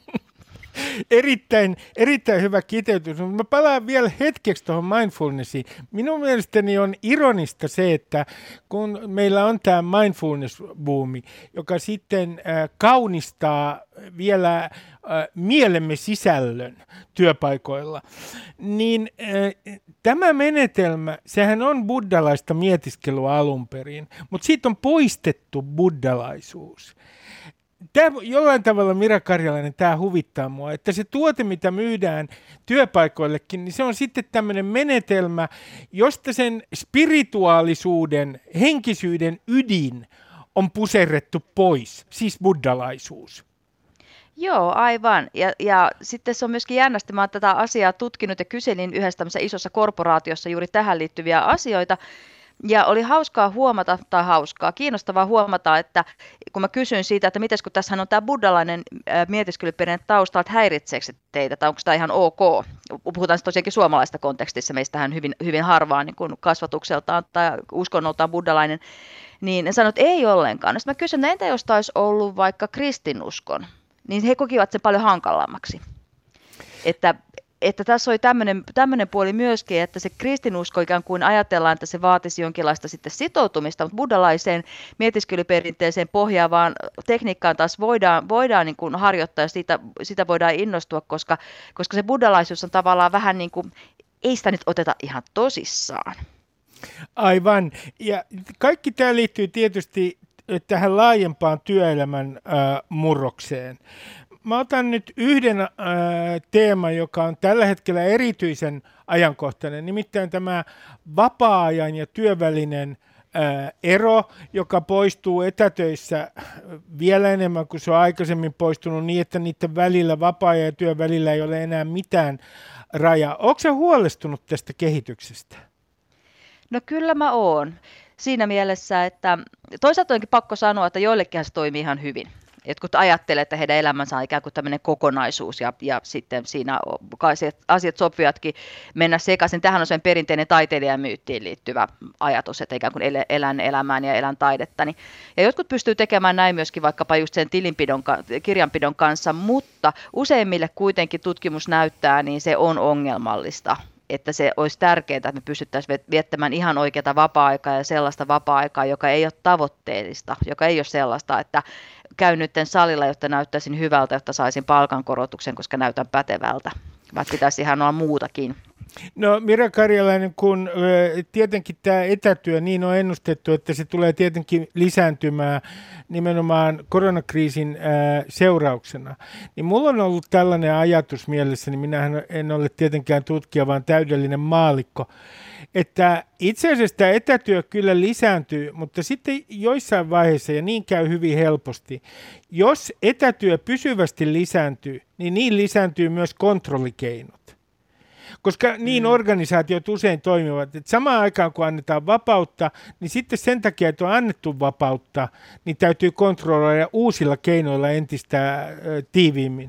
Erittäin, erittäin hyvä kiteytys. Mä palaan vielä hetkeksi tuohon mindfulnessiin. Minun mielestäni on ironista se, että kun meillä on tämä mindfulness-buumi, joka sitten äh, kaunistaa vielä äh, mielemme sisällön työpaikoilla, niin äh, tämä menetelmä, sehän on buddhalaista mietiskelua alun perin, mutta siitä on poistettu buddhalaisuus. Tämä, jollain tavalla, Mira Karjalainen, tämä huvittaa mua, että se tuote, mitä myydään työpaikoillekin, niin se on sitten tämmöinen menetelmä, josta sen spirituaalisuuden, henkisyyden ydin on puserrettu pois, siis buddhalaisuus. Joo, aivan. Ja, ja sitten se on myöskin jännästi, mä oon tätä asiaa tutkinut ja kyselin yhdessä tämmöisessä isossa korporaatiossa juuri tähän liittyviä asioita. Ja oli hauskaa huomata, tai hauskaa, kiinnostavaa huomata, että kun mä kysyin siitä, että mites kun tässähän on tämä buddhalainen mietiskelyperinne taustalla, että häiritseekö se teitä, tai onko tämä ihan ok? Puhutaan tosiaankin suomalaista kontekstissa, meistähän hyvin, hyvin harvaa niin kuin kasvatukseltaan tai uskonnoltaan buddhalainen, niin ne sanoivat, että ei ollenkaan. Sitten mä kysyin, että entä jos tämä olisi ollut vaikka kristinuskon, niin he kokivat sen paljon hankalammaksi. Että Että tässä oli tämmöinen puoli myöskin, että se kristinusko ikään kuin ajatellaan, että se vaatisi jonkinlaista sitten sitoutumista, mutta buddhalaiseen mietiskelyperinteeseen pohjaavaan tekniikkaan taas voidaan, voidaan niin kuin harjoittaa ja siitä, sitä voidaan innostua, koska, koska se buddhalaisuus on tavallaan vähän niin kuin, ei sitä nyt oteta ihan tosissaan. Aivan. Ja kaikki tämä liittyy tietysti tähän laajempaan työelämän äh, murrokseen. mä otan nyt yhden äh, teeman, joka on tällä hetkellä erityisen ajankohtainen, nimittäin tämä vapaa-ajan ja työvälinen äh, ero, joka poistuu etätöissä vielä enemmän kuin se on aikaisemmin poistunut niin, että niiden välillä, vapaa-ajan ja työn välillä ei ole enää mitään rajaa. Oletko sä huolestunut tästä kehityksestä? No kyllä mä oon. Siinä mielessä, että toisaalta onkin pakko sanoa, että joillekin se toimii ihan hyvin. Jotkut ajattelee, että heidän elämänsä on ikään kuin tämmöinen kokonaisuus ja, ja sitten siinä asiat, asiat sopivatkin mennä sekaisin. Tähän on sen perinteinen taiteilijamyyttiin liittyvä ajatus, että ikään kuin elän elämään ja elän taidetta. Ja jotkut pystyy tekemään näin myöskin vaikkapa just sen tilinpidon, kirjanpidon kanssa, mutta useimmille kuitenkin tutkimus näyttää, niin se on ongelmallista. Että se olisi tärkeää, että me pystyttäisiin viettämään ihan oikeata vapaa-aikaa ja sellaista vapaa-aikaa, joka ei ole tavoitteellista, joka ei ole sellaista, että käyn nyt salilla, jotta näyttäisin hyvältä, jotta saisin palkankorotuksen, koska näytän pätevältä, vaan pitäisi ihan olla muutakin. No Mira Karjalainen, kun ö, tietenkin tämä etätyö niin on ennustettu, että se tulee tietenkin lisääntymään nimenomaan koronakriisin ö, seurauksena, niin mulla on ollut tällainen ajatus mielessäni, minähän en ole tietenkään tutkija, vaan täydellinen maallikko, että itse asiassa tämä etätyö kyllä lisääntyy, mutta sitten joissain vaiheissa, ja niin käy hyvin helposti, jos etätyö pysyvästi lisääntyy, niin niin lisääntyy myös kontrollikeinot. Koska niin organisaatiot usein toimivat, että samaan aikaan kun annetaan vapautta, niin sitten sen takia, että on annettu vapautta, niin täytyy kontrolloida uusilla keinoilla entistä äh, tiiviimmin.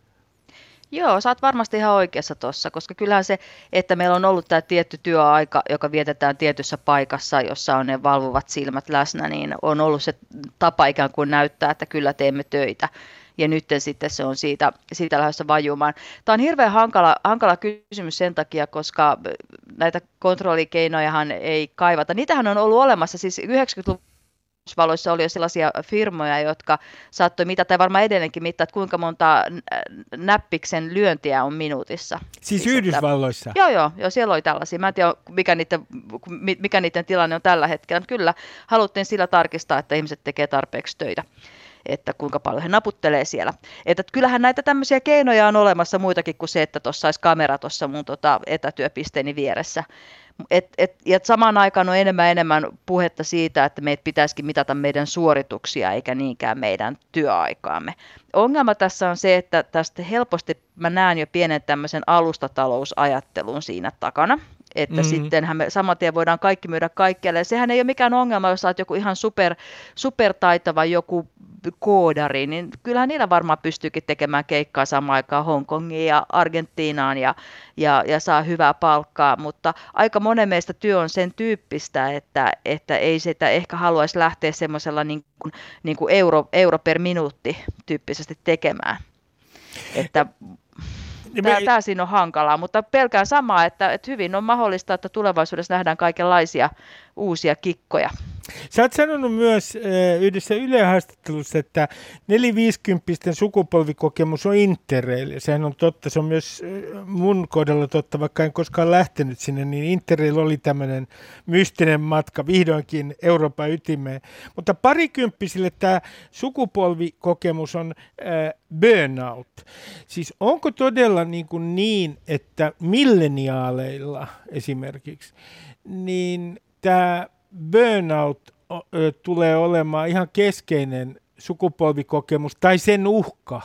Joo, sä oot varmasti ihan oikeassa tuossa, koska kyllähän se, että meillä on ollut tämä tietty työaika, joka vietetään tietyssä paikassa, jossa on ne valvovat silmät läsnä, niin on ollut se tapa ikään kuin näyttää, että kyllä teemme töitä. Ja nyt sitten se on siitä, siitä lähdössä vajumaan. Tämä on hirveän hankala, hankala kysymys sen takia, koska näitä kontrollikeinojahan ei kaivata. Niitähän on ollut olemassa, siis yhdeksänkymmentäluvun Yhdysvalloissa oli jo sellaisia firmoja, jotka saattoi mitata, tai varmaan edelleenkin mittaa, että kuinka monta näppiksen lyöntiä on minuutissa. Siis, siis Yhdysvalloissa? Että, joo, joo, joo, siellä oli tällaisia. Mä en tiedä, mikä niiden, mikä niiden tilanne on tällä hetkellä, mutta kyllä haluttiin sillä tarkistaa, että ihmiset tekee tarpeeksi töitä, että kuinka paljon he naputtelee siellä. Että kyllähän näitä tämmöisiä keinoja on olemassa muitakin kuin se, että tuossa olisi kamera tuossa mun tota etätyöpisteeni vieressä. Et, et, ja samaan aikaan on enemmän enemmän puhetta siitä, että meitä pitäisikin mitata meidän suorituksia eikä niinkään meidän työaikaamme. Ongelma tässä on se, että tästä helposti mä näen jo pienen tämmöisen alustatalousajattelun siinä takana. Että mm-hmm. sittenhän me saman tien voidaan kaikki myydä kaikkialle. Ja sehän ei ole mikään ongelma, jos olet joku ihan super, supertaitava joku koodari, niin kyllähän niillä varmaan pystyykin tekemään keikkaa samaan aikaan Hongkongiin ja Argentiinaan ja, ja, ja saa hyvää palkkaa, mutta aika monen meistä työ on sen tyyppistä, että, että ei sitä ehkä haluaisi lähteä semmoisella niin kuin, niin kuin euro, euro per minuutti tyyppisesti tekemään. Että Tämä, me... tämä siinä on hankalaa, mutta pelkään samaa, että, että hyvin on mahdollista, että tulevaisuudessa nähdään kaikenlaisia uusia kikkoja. Sä oot sanonut myös äh, yhdessä Yle haastattelussa, että neliviisikymppisten sukupolvikokemus on Interrail. Sehän on totta, se on myös äh, mun kohdalla totta, vaikka en koskaan lähtenyt sinne, niin Interrail oli tämmöinen mystinen matka vihdoinkin Euroopan ytimeen. Mutta parikymppisille tämä sukupolvikokemus on äh, burnout. Siis onko todella niin, kuin niin että milleniaaleilla esimerkiksi, niin tämä burnout ö, tulee olemaan ihan keskeinen sukupolvikokemus tai sen uhka?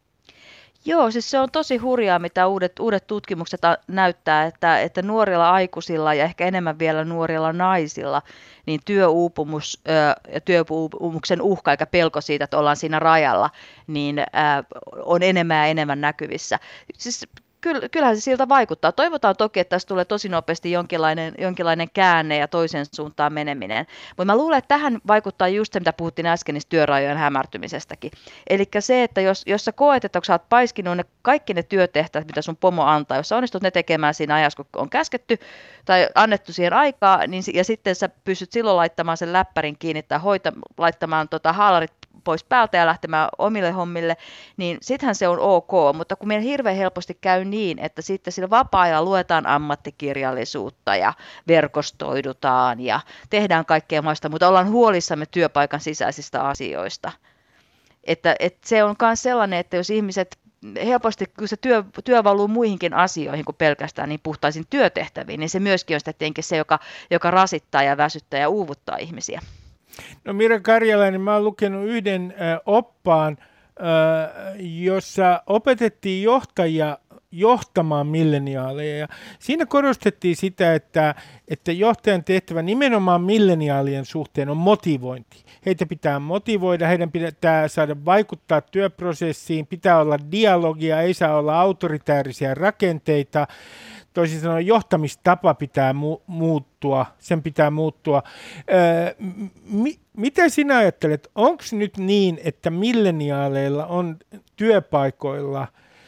Joo, siis se on tosi hurjaa, mitä uudet, uudet tutkimukset näyttää, että, että nuorilla aikuisilla ja ehkä enemmän vielä nuorilla naisilla, niin työuupumus ö, ja työuupumuksen uhka, eikä pelko siitä, että ollaan siinä rajalla, niin ö, on enemmän ja enemmän näkyvissä. Siis kyllähän se siltä vaikuttaa. Toivotaan toki, että tässä tulee tosi nopeasti jonkinlainen, jonkinlainen käänne ja toisen suuntaan meneminen. Mutta mä luulen, että tähän vaikuttaa just se, mitä puhuttiin äsken niistä työrajojen hämärtymisestäkin. Eli se, että jos, jos sä koet, että sä oot paiskinut ne, kaikki ne työtehtävät, mitä sun pomo antaa, jos sä onnistut ne tekemään siinä ajassa, kun on käsketty tai annettu siihen aikaa, niin, ja sitten sä pystyt silloin laittamaan sen läppärin kiinni tai hoita, laittamaan tota haalarit pois päältä ja lähtemään omille hommille, niin sittenhän se on ok, mutta kun meillä hirveän helposti käy niin, että sitten sillä vapaa-ajalla luetaan ammattikirjallisuutta ja verkostoidutaan ja tehdään kaikkea maista, mutta ollaan huolissamme työpaikan sisäisistä asioista, Että, että se on myös sellainen, että jos ihmiset helposti, kun se työ, työ valuu muihinkin asioihin kuin pelkästään niin puhtaisiin työtehtäviin, niin se myöskin on sitten tietenkin se, joka, joka rasittaa ja väsyttää ja uuvuttaa ihmisiä. No Mira Karjalainen, mä oon lukenut yhden äh, oppaan, äh, jossa opetettiin johtajia johtamaan milleniaaleja. Ja siinä korostettiin sitä, että, että johtajan tehtävä nimenomaan milleniaalien suhteen on motivointi. Heitä pitää motivoida, heidän pitää saada vaikuttaa työprosessiin, pitää olla dialogia, ei saa olla autoritäärisiä rakenteita. Toisin sanoen johtamistapa pitää mu- muuttua, sen pitää muuttua. Öö, mi- mitä sinä ajattelet, onko nyt niin, että milleniaaleilla on työpaikoilla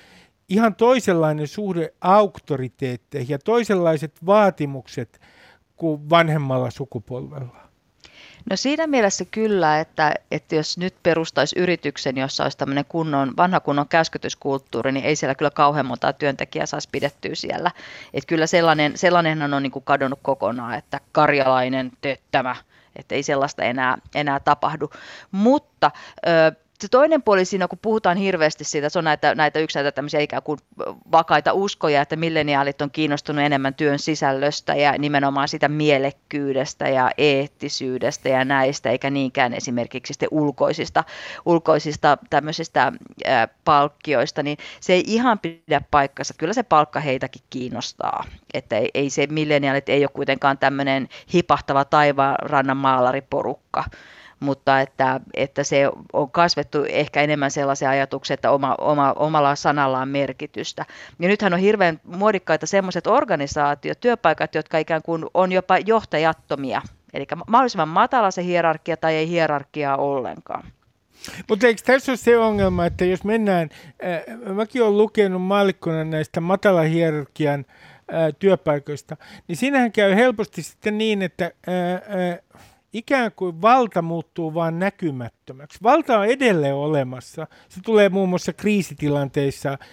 ihan toisenlainen suhde auktoriteetteihin ja toisenlaiset vaatimukset kuin vanhemmalla sukupolvella? No siinä mielessä kyllä, että, että jos nyt perustaisi yrityksen, jossa olisi tämmöinen kunnon, vanha kunnon käskytyskulttuuri, niin ei siellä kyllä kauhean montaa työntekijää saisi pidettyä siellä. Että kyllä sellainen, sellainenhan on niin kuin kadonnut kokonaan, että karjalainen töttämä, että ei sellaista enää, enää tapahdu. Mutta ö, se toinen puoli siinä, kun puhutaan hirveästi siitä, se on näitä, näitä yksi näitä tämmöisiä ikään kuin vakaita uskoja, että milleniaalit on kiinnostunut enemmän työn sisällöstä ja nimenomaan sitä mielekkyydestä ja eettisyydestä ja näistä, eikä niinkään esimerkiksi sitten ulkoisista, ulkoisista tämmöisistä ää, palkkioista, niin se ei ihan pidä paikkansa. Kyllä se palkka heitäkin kiinnostaa, että ei, ei se milleniaalit ei ole kuitenkaan tämmöinen hipahtava taivaanrannan maalariporukka. Mutta että, että se on kasvettu ehkä enemmän sellaisia ajatuksia, että oma, oma, omalla sanallaan merkitystä. Ja nythän on hirveän muodikkaita sellaiset organisaatiot, työpaikat, jotka ikään kuin on jopa johtajattomia. Eli mahdollisimman matala se hierarkia tai ei hierarkiaa ollenkaan. Mutta eikö tässä ole se ongelma, että jos mennään, äh, mäkin olen lukenut maallikkona näistä matalan hierarkian äh, työpaikoista, niin siinähän käy helposti sitten niin, että äh, äh, ikään kuin valta muuttuu vaan näkymättömäksi. Valta on edelleen olemassa. Se tulee muun muassa kriisitilanteissa, äh,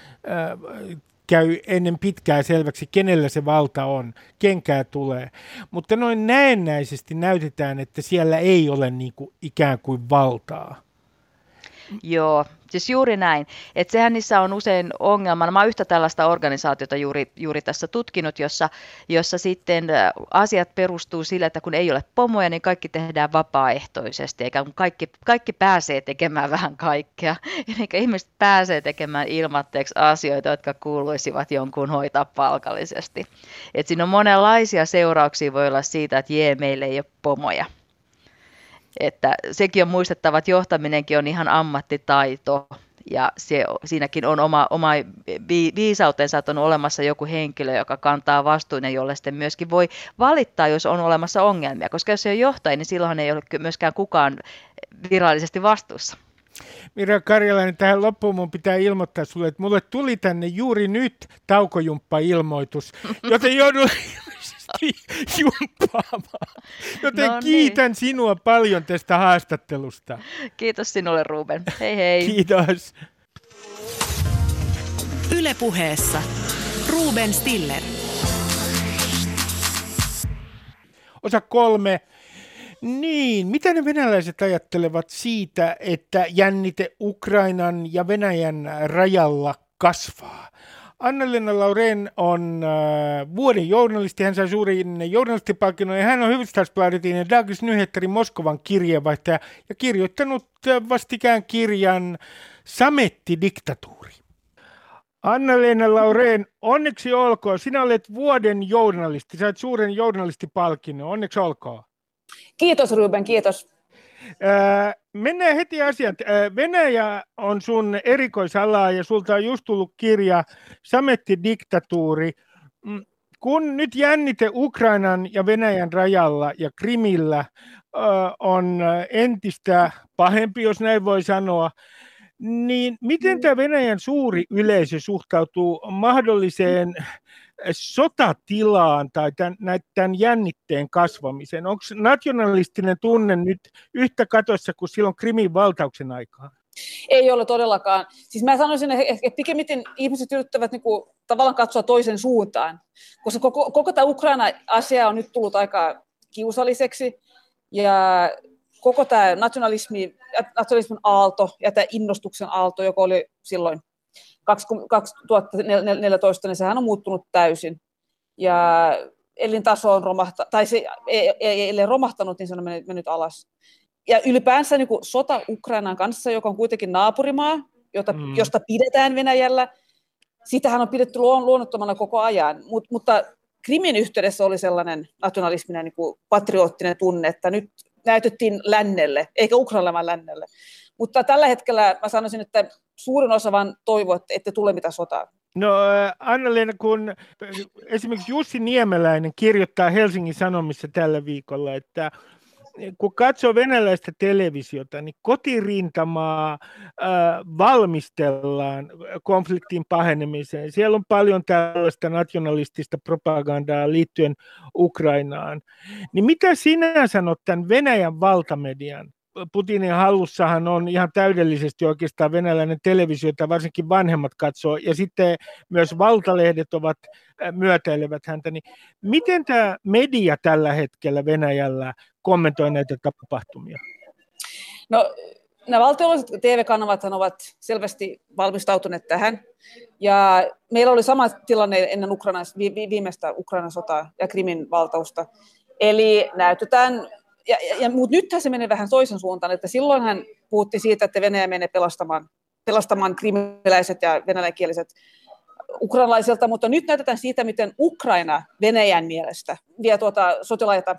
käy ennen pitkää selväksi, kenellä se valta on, kenkää tulee. Mutta noin näennäisesti näytetään, että siellä ei ole niin kuin ikään kuin valtaa. Joo, siis juuri näin. Että sehän niissä on usein ongelmana. Mä oon yhtä tällaista organisaatiota juuri, juuri tässä tutkinut, jossa, jossa sitten asiat perustuu sille, että kun ei ole pomoja, niin kaikki tehdään vapaaehtoisesti, eikä kaikki, kaikki pääsee tekemään vähän kaikkea. Eli ihmiset pääsee tekemään ilmatteeksi asioita, jotka kuuluisivat jonkun hoitaa palkallisesti. Et siinä on monenlaisia seurauksia voi olla siitä, että jee, meillä ei ole pomoja. Että sekin on muistettava, että johtaminenkin on ihan ammattitaito ja se, siinäkin on oma, oma viisautensa, että on olemassa joku henkilö, joka kantaa vastuun ja jolle sitten myöskin voi valittaa, jos on olemassa ongelmia. Koska jos ei ole johtaja, niin silloin ei ole myöskään kukaan virallisesti vastuussa. Mira Karjalainen, tähän loppuun mun pitää ilmoittaa sulle, että mulle tuli tänne juuri nyt taukojumppa-ilmoitus, joten joudun jumppaamaan. Joten no niin. Kiitän sinua paljon tästä haastattelusta. Kiitos sinulle, Ruben. Hei hei. Kiitos. Yle Puheessa Ruben Stiller. Osa kolme. Niin, mitä ne venäläiset ajattelevat siitä, että jännite Ukrainan ja Venäjän rajalla kasvaa? Anna-Leena Laurén on äh, vuoden journalisti, hän sai suurin journalistipalkinnon ja hän on Hufvudstadsbladetin ja Dagens Nyheterin Moskovan kirjeenvaihtaja ja kirjoittanut vastikään kirjan Samettidiktatuuri. Anna-Leena Laurén, onneksi olkoon, sinä olet vuoden journalisti, sait suuren journalistipalkinnon, onneksi olkoon. Kiitos Ruben, kiitos. Äh, mennään heti asiaan. Äh, Venäjä on sun erikoisalaa ja sulta on just tullut kirja Samettidiktatuuri. Mm, kun nyt jännite Ukrainan ja Venäjän rajalla ja Krimillä äh, on entistä pahempi, jos näin voi sanoa, niin miten tämä Venäjän suuri yleisö suhtautuu mahdolliseen sotatilaan tai tämän, tämän jännitteen kasvamiseen? Onko nationalistinen tunne nyt yhtä katossa kuin silloin Krimin valtauksen aikaan? Ei ole todellakaan. Siis mä sanoisin, että pikemminkin ihmiset yrittävät niin kuin, tavallaan katsoa toisen suuntaan, koska koko, koko tämä Ukraina-asia on nyt tullut aika kiusalliseksi ja koko tämä nationalismi, nationalismin aalto ja tämä innostuksen aalto, joka oli silloin kaksituhattaneljätoista, niin sehän on muuttunut täysin. Ja elintaso on romahtanut, tai se ei, ei, ei ole romahtanut, niin se on mennyt, mennyt alas. Ja ylipäänsä niin kuin sota Ukrainan kanssa, joka on kuitenkin naapurimaa, jota, mm. josta pidetään Venäjällä, sitähän on pidetty luonnottomana koko ajan, Mut, mutta Krimin yhteydessä oli sellainen nationalisminen niin kuin patriottinen tunne, että nyt näytettiin lännelle, eikä Ukrainalle vaan lännelle. Mutta tällä hetkellä mä sanoisin, että suurin osa vaan toivoo, että ette tule mitään sotaa. No Anna-Leena, kun esimerkiksi Jussi Niemeläinen kirjoittaa Helsingin Sanomissa tällä viikolla, että kun katsoo venäläistä televisiota, niin kotirintamaa äh, valmistellaan konfliktin pahenemiseen. Siellä on paljon tällaista nationalistista propagandaa liittyen Ukrainaan. Niin mitä sinä sanot tämän Venäjän valtamedian? Putinin hallussahan on ihan täydellisesti oikeastaan venäläinen televisio, jota varsinkin vanhemmat katsoo, ja sitten myös valtalehdet ovat myötäilevät häntä. Niin miten tämä media tällä hetkellä Venäjällä kommentoi näitä tapahtumia? No, nämä valtiolliset T V-kanavat ovat selvästi valmistautuneet tähän, ja meillä oli sama tilanne ennen Ukrainan, viimeistä Ukrainan sotaa ja Krimin valtausta. Eli näytetään, ja, ja, ja, mutta nythän se menee vähän toisen suuntaan, että silloin hän puhutti siitä, että Venäjä menee pelastamaan, pelastamaan krimiläiset ja venäjänkieliset ukrainalaisilta, mutta nyt näytetään siitä, miten Ukraina Venäjän mielestä vie tuota sotilaita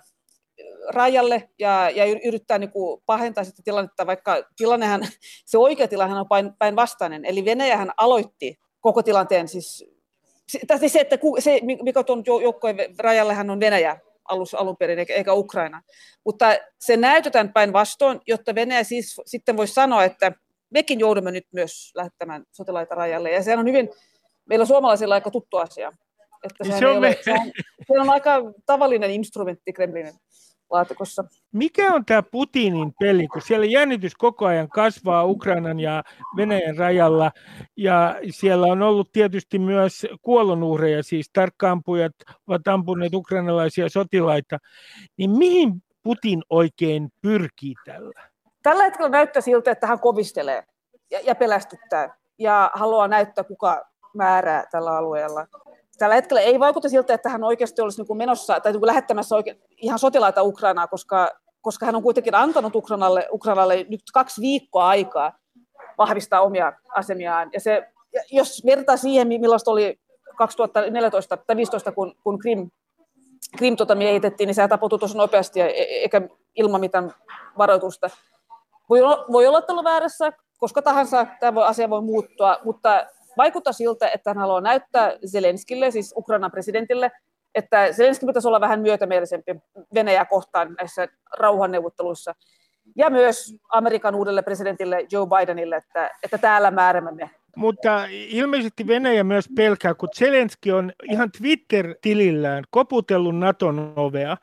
rajalle ja, ja yrittää niin kuin pahentaa sitä tilannetta, vaikka tilannehan, se oikea tilanne on päin, päinvastainen. Eli Venäjähän aloitti koko tilanteen, siis, tai se, että se, mikä on tuonut joukkojen rajallehan on Venäjä alus, alun perin, eikä, eikä Ukraina. Mutta se näytetään päinvastoin, jotta Venäjä siis sitten voisi sanoa, että mekin joudumme nyt myös lähettämään sotilaita rajalle. Ja sehän on hyvin, meillä suomalaisilla aika tuttu asia. Että se, on ole, se, on, se on aika tavallinen instrumentti Kremlinin laatikossa. Mikä on tämä Putinin peli, kun siellä jännitys koko ajan kasvaa Ukrainan ja Venäjän rajalla, ja siellä on ollut tietysti myös kuolonuhreja, siis tarkkaampujat ovat ampuneet ukrainalaisia sotilaita, niin mihin Putin oikein pyrkii tällä? Tällä hetkellä näyttää siltä, että hän kovistelee ja, ja pelästyttää ja haluaa näyttää, kuka määrää tällä alueella. Tällä hetkellä ei vaikuta siltä, että hän oikeasti olisi niin kuin menossa tai niin kuin lähettämässä oikein, ihan sotilaita Ukrainaa, koska, koska hän on kuitenkin antanut Ukrainalle, Ukrainalle nyt kaksi viikkoa aikaa vahvistaa omia asemiaan. Ja se, jos vertaa siihen, millaista oli kaksituhattaneljätoista tai viisitoista, kun, kun Krim, Krim tota miehitettiin, niin se tapahtui tosi nopeasti eikä ilman mitään varoitusta. Voi, voi olla ollut väärässä, koska tahansa tämä asia voi muuttua, mutta vaikuttaa siltä, että hän haluaa näyttää Zelenskille, siis Ukrainan presidentille, että Zelenski pitäisi olla vähän myötämielisempi Venäjää kohtaan näissä rauhanneuvotteluissa. Ja myös Amerikan uudelle presidentille Joe Bidenille, että, että täällä määrämme. Mutta ilmeisesti Venäjä myös pelkää, kun Zelenski on ihan Twitter-tilillään koputellut Naton ovea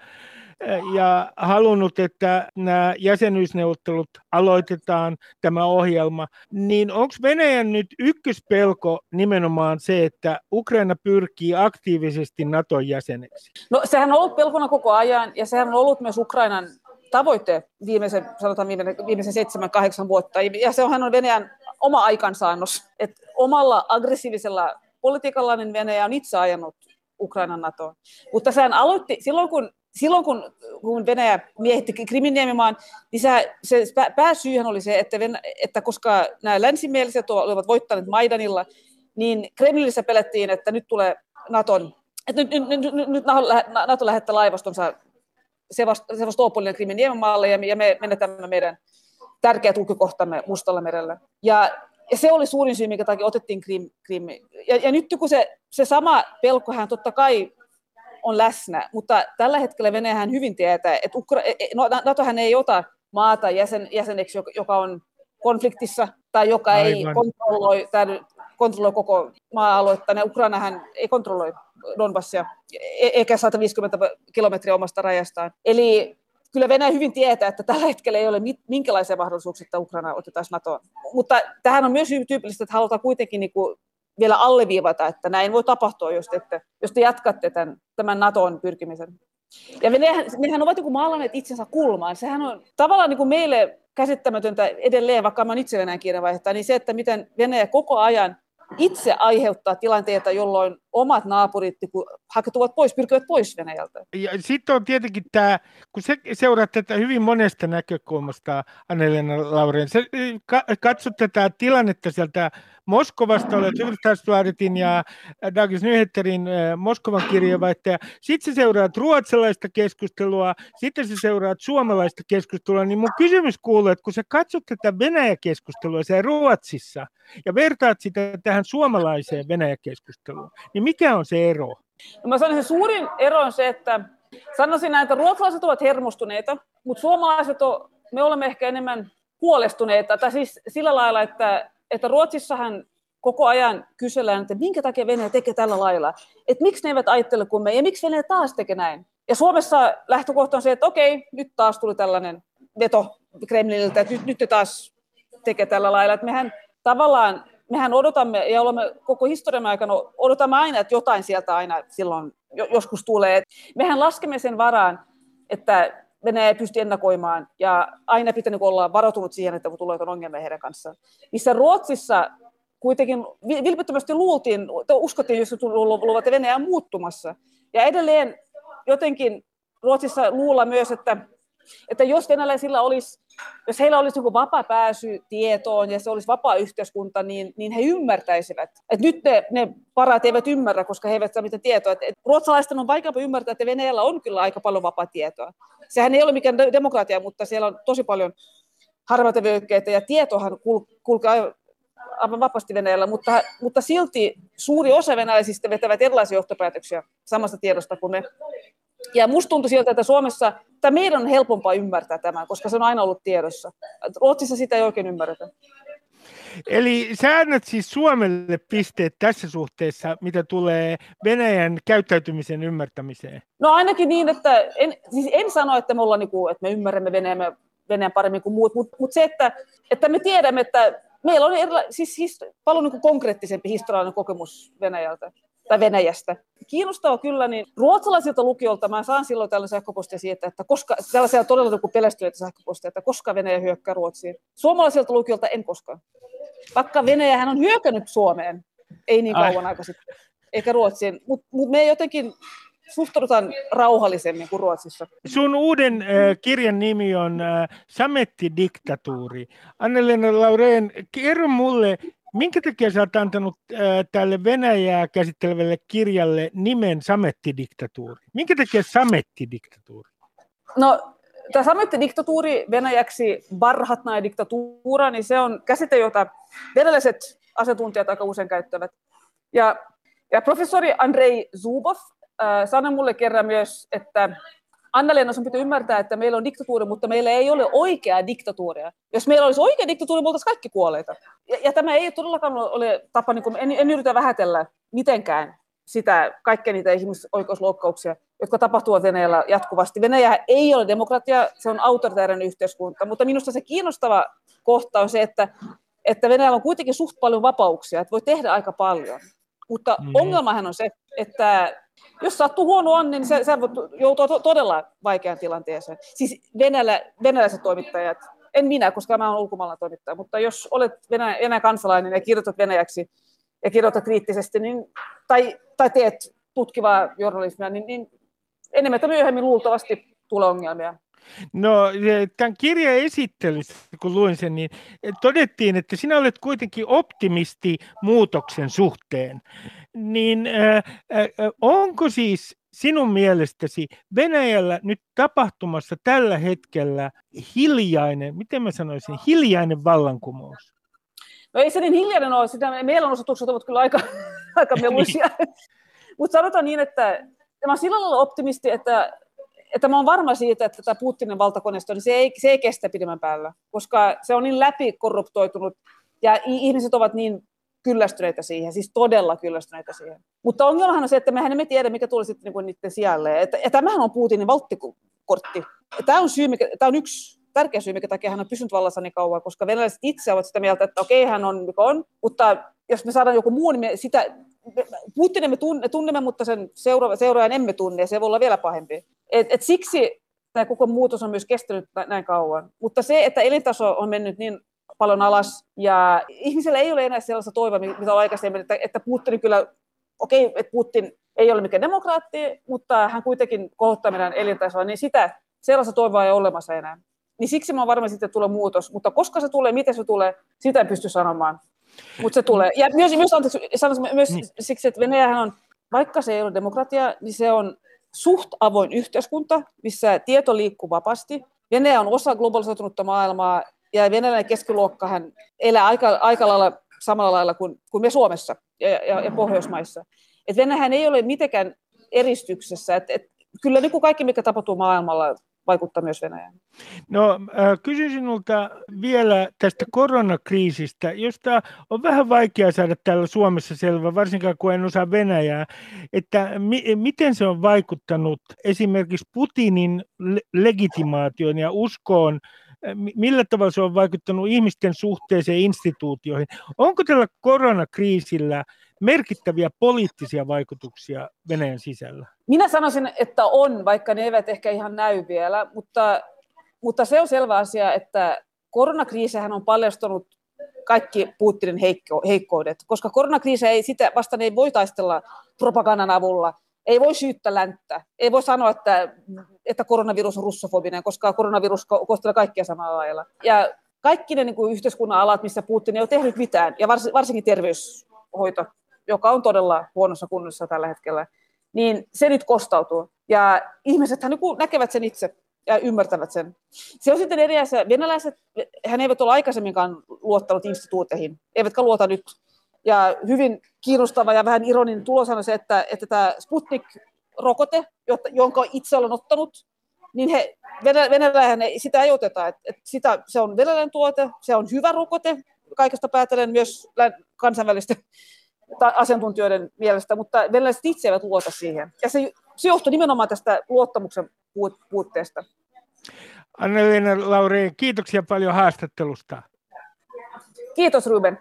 ja halunnut, että nämä jäsenyysneuvottelut aloitetaan, tämä ohjelma, niin onko Venäjän nyt ykköspelko nimenomaan se, että Ukraina pyrkii aktiivisesti Naton jäseneksi? No sehän on ollut pelkona koko ajan, ja sehän on ollut myös Ukrainan tavoite viimeisen, sanotaan viimeisen seitsemän, kahdeksan vuotta, ja se onhan on Venäjän oma aikansaannos, että omalla aggressiivisella politiikallaan niin Venäjä on itse ajanut Ukrainan NATOon. Mutta sehän aloitti, silloin kun Silloin kun, kun Venäjä miehitti Krimin niemimaan, niin se, se pääsyyhän oli se, että, Venä, että koska nämä länsimieliset olivat voittaneet Maidanilla, niin Kremlissä pelättiin, että nyt tulee Naton, että nyt, nyt, nyt, nyt Nato lähettää laivastonsa Sevastopolin Krimin niemimaalle ja, ja me menetämme meidän tärkeät tukikohtamme Mustalla merellä. Ja, ja se oli suurin syy, minkä takia otettiin Krim. Krim. Ja, ja nyt kun se, se sama pelkohan totta kai on läsnä, mutta tällä hetkellä Venäjähän hyvin tietää, että Ukra- no, NATOhan ei ota maata jäsen, jäseneksi, joka on konfliktissa tai joka Aivan. ei kontrolloi, kontrolloi koko maa-aluetta. Ja Ukrainahan ei kontrolloi Donbassia eikä sata viisikymmentä kilometriä omasta rajastaan. Eli kyllä Venäjä hyvin tietää, että tällä hetkellä ei ole minkälaisia mahdollisuuksia, että Ukraina otetaan NATOon. Mutta tähän on myös hyvin tyypillistä, että halutaan kuitenkin niin kuin vielä alleviivata, että näin voi tapahtua, jos te, jos te jatkatte tämän, tämän NATOon pyrkimisen. Ja nehän, nehän ovat niin maalanneet itsensä kulmaan. Sehän on tavallaan niin meille käsittämätöntä edelleen, vaikka mä oon itse Venäjän kirjeenvaihtaja, niin se, että miten Venäjä koko ajan itse aiheuttaa tilanteita, jolloin omat naapurit hakeutuvat pois, pyrkivät pois Venäjältä. Ja sitten on tietenkin tämä, kun se seuraat tätä hyvin monesta näkökulmasta, Anna-Leena Laurén, sä katsot tätä tilannetta sieltä Moskovasta, olet Hufvudstadsbladetin ja Dagens Nyheterin Moskovan kirjeenvaihtaja, sitten sä seuraat ruotsalaista keskustelua, sitten sä seuraat suomalaista keskustelua, niin mun kysymys kuuluu, että kun sä katsot tätä Venäjä-keskustelua siellä Ruotsissa ja vertaat sitä tähän suomalaiseen Venäjä-keskusteluun, niin mikä on se ero? No mä sanoisin, se suurin ero on se, että sanoisin näin, että ruotsalaiset ovat hermostuneita, mutta suomalaiset on, me olemme ehkä enemmän huolestuneita, tai siis sillä lailla, että, että Ruotsissahan koko ajan kysellään, että minkä takia Venäjä tekee tällä lailla, että miksi ne eivät ajattele kuin me, ja miksi Venäjä taas tekee näin. Ja Suomessa lähtökohta on se, että okei, nyt taas tuli tällainen veto Kremliltä, että nyt, nyt ne taas tekee tällä lailla, että mehän tavallaan mehän odotamme, ja olemme koko historiamme aikana odotamme aina, että jotain sieltä aina silloin joskus tulee. Mehän laskemme sen varaan, että Venäjä ei pysty ennakoimaan, ja aina pitää olla varautunut siihen, että tulee ongelmia heidän kanssaan. Missä Ruotsissa kuitenkin vilpittömästi luultiin, uskottiin yhdeksänkymmentäluvulla, että Venäjä on muuttumassa. Ja edelleen jotenkin Ruotsissa luulla myös, että että jos venäläisillä olisi, jos heillä olisi joku vapaa pääsy tietoon ja se olisi vapaa yhteiskunta, niin, niin he ymmärtäisivät. Että nyt ne, ne parat eivät ymmärrä, koska he eivät saa mitään tietoa. Et, et ruotsalaisten on vaikeampi ymmärtää, että Venäjällä on kyllä aika paljon vapaa tietoa. Sehän ei ole mikään demokratia, mutta siellä on tosi paljon harmaita vyöhykkeitä ja tietohan kul, kulkee aivan vapaasti Venäjällä, mutta, mutta silti suuri osa venäläisistä vetävät erilaisia johtopäätöksiä samasta tiedosta kuin me. Ja musta tuntui siltä, että Suomessa että meidän on helpompaa ymmärtää tämä, koska se on aina ollut tiedossa. Ruotsissa sitä ei oikein ymmärretä. Eli sä annat siis Suomelle pisteet tässä suhteessa, mitä tulee Venäjän käyttäytymisen ymmärtämiseen? No ainakin niin, että en, siis en sano, että me, ollaan, että me ymmärrämme Venäjän, Venäjän paremmin kuin muut, mutta, mutta se, että, että me tiedämme, että meillä on erila, siis, siis paljon niin kuin konkreettisempi historiallinen kokemus Venäjältä tai Venäjästä. Kiinnostavaa kyllä, niin ruotsalaisilta lukijoilta mä saan silloin tällaisia sähköpostia siitä, että koska, tällaisia todella niin pelästyneitä sähköpostia, että koska Venäjä hyökkää Ruotsiin. Suomalaisilta lukijoilta en koskaan. Vaikka Venäjähän on hyökännyt Suomeen, ei niin kauan aika sitten, eikä Ruotsiin, mutta mut me jotenkin suhtaudutaan rauhallisemmin kuin Ruotsissa. Sun uuden äh, kirjan nimi on äh, Samettidiktatuuri. Anna-Leena Laurén, kerro mulle, minkä takia sä oot antanut äh, tälle Venäjää käsittelevälle kirjalle nimen Samettidiktatuuri? Minkä takia Samettidiktatuuri? No, tämä Samettidiktatuuri venäjäksi Barhatnaja diktatuura, niin se on käsite, jota venäläiset asiantuntijat aika usein käyttävät. Ja, ja professori Andrei Zubov äh, sanoi mulle kerran myös, että Anna-Leena, sun pitää ymmärtää, että meillä on diktatuuri, mutta meillä ei ole oikeaa diktatuuria. Jos meillä olisi oikea diktatuuri, me oltaisiin kaikki kuolleita. Ja, ja tämä ei todellakaan ole tapa, niin kuin, en, en yritä vähätellä mitenkään sitä, kaikkia niitä ihmisoikeusloukkauksia, jotka tapahtuvat Venäjällä jatkuvasti. Venäjä ei ole demokratia, se on autoritaarinen yhteiskunta, mutta minusta se kiinnostava kohta on se, että, että Venäjällä on kuitenkin suht paljon vapauksia, että voi tehdä aika paljon. Mutta mm. ongelmahan on se, että jos sattuu huono on, niin se, se voi joutua to- todella vaikeaan tilanteeseen. Siis Venäjä, venäläiset toimittajat, en minä, koska mä olen ulkomailla toimittaja, mutta jos olet Venäjä, Venäjän kansalainen ja kirjoitat venäjäksi ja kirjoitat kriittisesti, niin, tai, tai teet tutkivaa journalismia, niin, niin enemmän tai myöhemmin luultavasti tulee ongelmia. No tämän kirjan esittelyssä, kun luin sen, niin todettiin, että sinä olet kuitenkin optimisti muutoksen suhteen. Niin äh, äh, onko siis sinun mielestäsi Venäjällä nyt tapahtumassa tällä hetkellä hiljainen, miten mä sanoisin, hiljainen vallankumous? No ei se niin hiljainen ole, sitä mielenosoitukset ovat kyllä aika, aika meluisia. Mutta sanotaan niin, että mä olen sillä lailla optimisti, että että mä oon varma siitä, että tämä Putinin valtakoneisto, niin se ei, se ei kestä pidemmän päällä, koska se on niin läpikorruptoitunut ja ihmiset ovat niin kyllästyneitä siihen, siis todella kyllästyneitä siihen. Mutta ongelmahan on se, että mehän emme tiedä, mikä tulee sitten niin niiden sijalle. Että, ja tämähän on Putinin valttikortti. Tämä on, syy, mikä, tämä on yksi tärkeä syy, mikä takia hän on pysynyt vallassa niin kauan, koska venäläiset itse ovat sitä mieltä, että okei, hän on mikä on, mutta jos me saadaan joku muu, niin me sitä Putinin me tunnemme, mutta sen seura- seuraajan emme tunne, ja se voi olla vielä pahempi. Et, et siksi tämä koko muutos on myös kestänyt näin kauan. Mutta se, että elintaso on mennyt niin paljon alas, ja ihmisellä ei ole enää sellaista toivoa, mitä on aikaisemmin, että, että Putin kyllä, okei, okay, että Putin ei ole mikään demokraatti, mutta hän kuitenkin kohottaa meidän elintasoa, niin sitä, sellaista toivoa ei ole olemassa enää. Niin siksi mä oon varma, että tulee muutos, mutta koska se tulee, miten se tulee, sitä en pysty sanomaan. Mutta se tulee. Ja myös, myös, anteeksi, sanoisin, myös niin. Siksi, että Venäjähän on, vaikka se ei ole demokratia, niin se on suht avoin yhteiskunta, missä tieto liikkuu vapaasti. Venäjä on osa globalisoitunutta maailmaa, ja venäläinen keskiluokkahan elää aika, aika lailla samalla lailla kuin, kuin me Suomessa ja, ja, ja Pohjoismaissa. Et Venäjähän ei ole mitenkään eristyksessä. Et, et, kyllä niin kuin kaikki, mikä tapahtuu maailmalla, vaikuttaa myös Venäjään. No äh, kysyn sinulta vielä tästä koronakriisistä, josta on vähän vaikea saada täällä Suomessa selvä, varsinkaan kun en osaa Venäjää, että mi- miten se on vaikuttanut esimerkiksi Putinin le- legitimaation ja uskoon, millä tavalla se on vaikuttanut ihmisten suhteeseen instituutioihin. Onko tällä koronakriisillä merkittäviä poliittisia vaikutuksia Venäjän sisällä? Minä sanoisin, että on, vaikka ne eivät ehkä ihan näy vielä, mutta, mutta se on selvä asia, että koronakriisihän on paljastanut kaikki Putinin heikko, heikkoudet, koska koronakriisi ei sitä vastaan ei voi taistella propagandan avulla, ei voi syyttää länttä, ei voi sanoa, että, että koronavirus on russofobinen, koska koronavirus kohtelee kaikkia samalla lailla. Ja kaikki ne niin kuin yhteiskunnan alat, missä Putin ei ole tehnyt mitään, ja vars, varsinkin terveyshoito, joka on todella huonossa kunnossa tällä hetkellä, niin se nyt kostautuu. Ja ihmisethän näkevät sen itse ja ymmärtävät sen. Se on sitten eri asia. Venäläiset, hän eivät ole aikaisemminkaan luottanut instituuteihin, eivätkä luota nyt. Ja hyvin kiinnostava ja vähän ironinen tulos on se, että, että tämä Sputnik-rokote, jonka itse olen ottanut, niin he, venäläinen sitä ei oteta. Että, että sitä, se on venäläinen tuote, se on hyvä rokote, kaikesta päätellen myös kansainvälistä asiantuntijoiden mielestä, mutta venäläiset itse eivät luota siihen. Ja se, se johtuu nimenomaan tästä luottamuksen puutteesta. Anna-Leena Laurén, kiitoksia paljon haastattelusta. Kiitos, Ruben.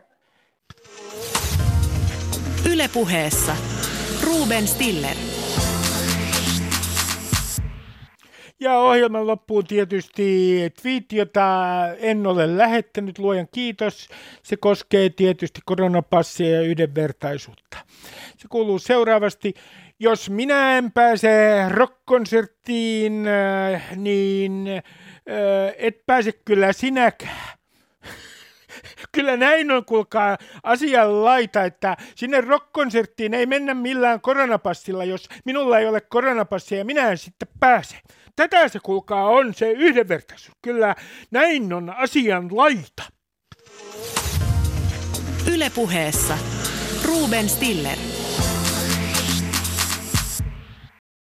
Yle Puheessa Ruben Stiller. Ja ohjelman loppuun tietysti twiitti, jota en ole lähettänyt, luojan kiitos. Se koskee tietysti koronapassia ja yhdenvertaisuutta. Se kuuluu seuraavasti. Jos minä en pääse rock-konserttiin, niin et pääse kyllä sinäkään. Kyllä näin on, kuulkaa, asian laita, että sinne rock-konserttiin ei mennä millään koronapassilla, jos minulla ei ole koronapassia ja minä en sitten pääse. Tätä se, kuulkaa, on se yhdenvertaisuus. Kyllä näin on asian laita. Yle Puheessa Ruben Stiller.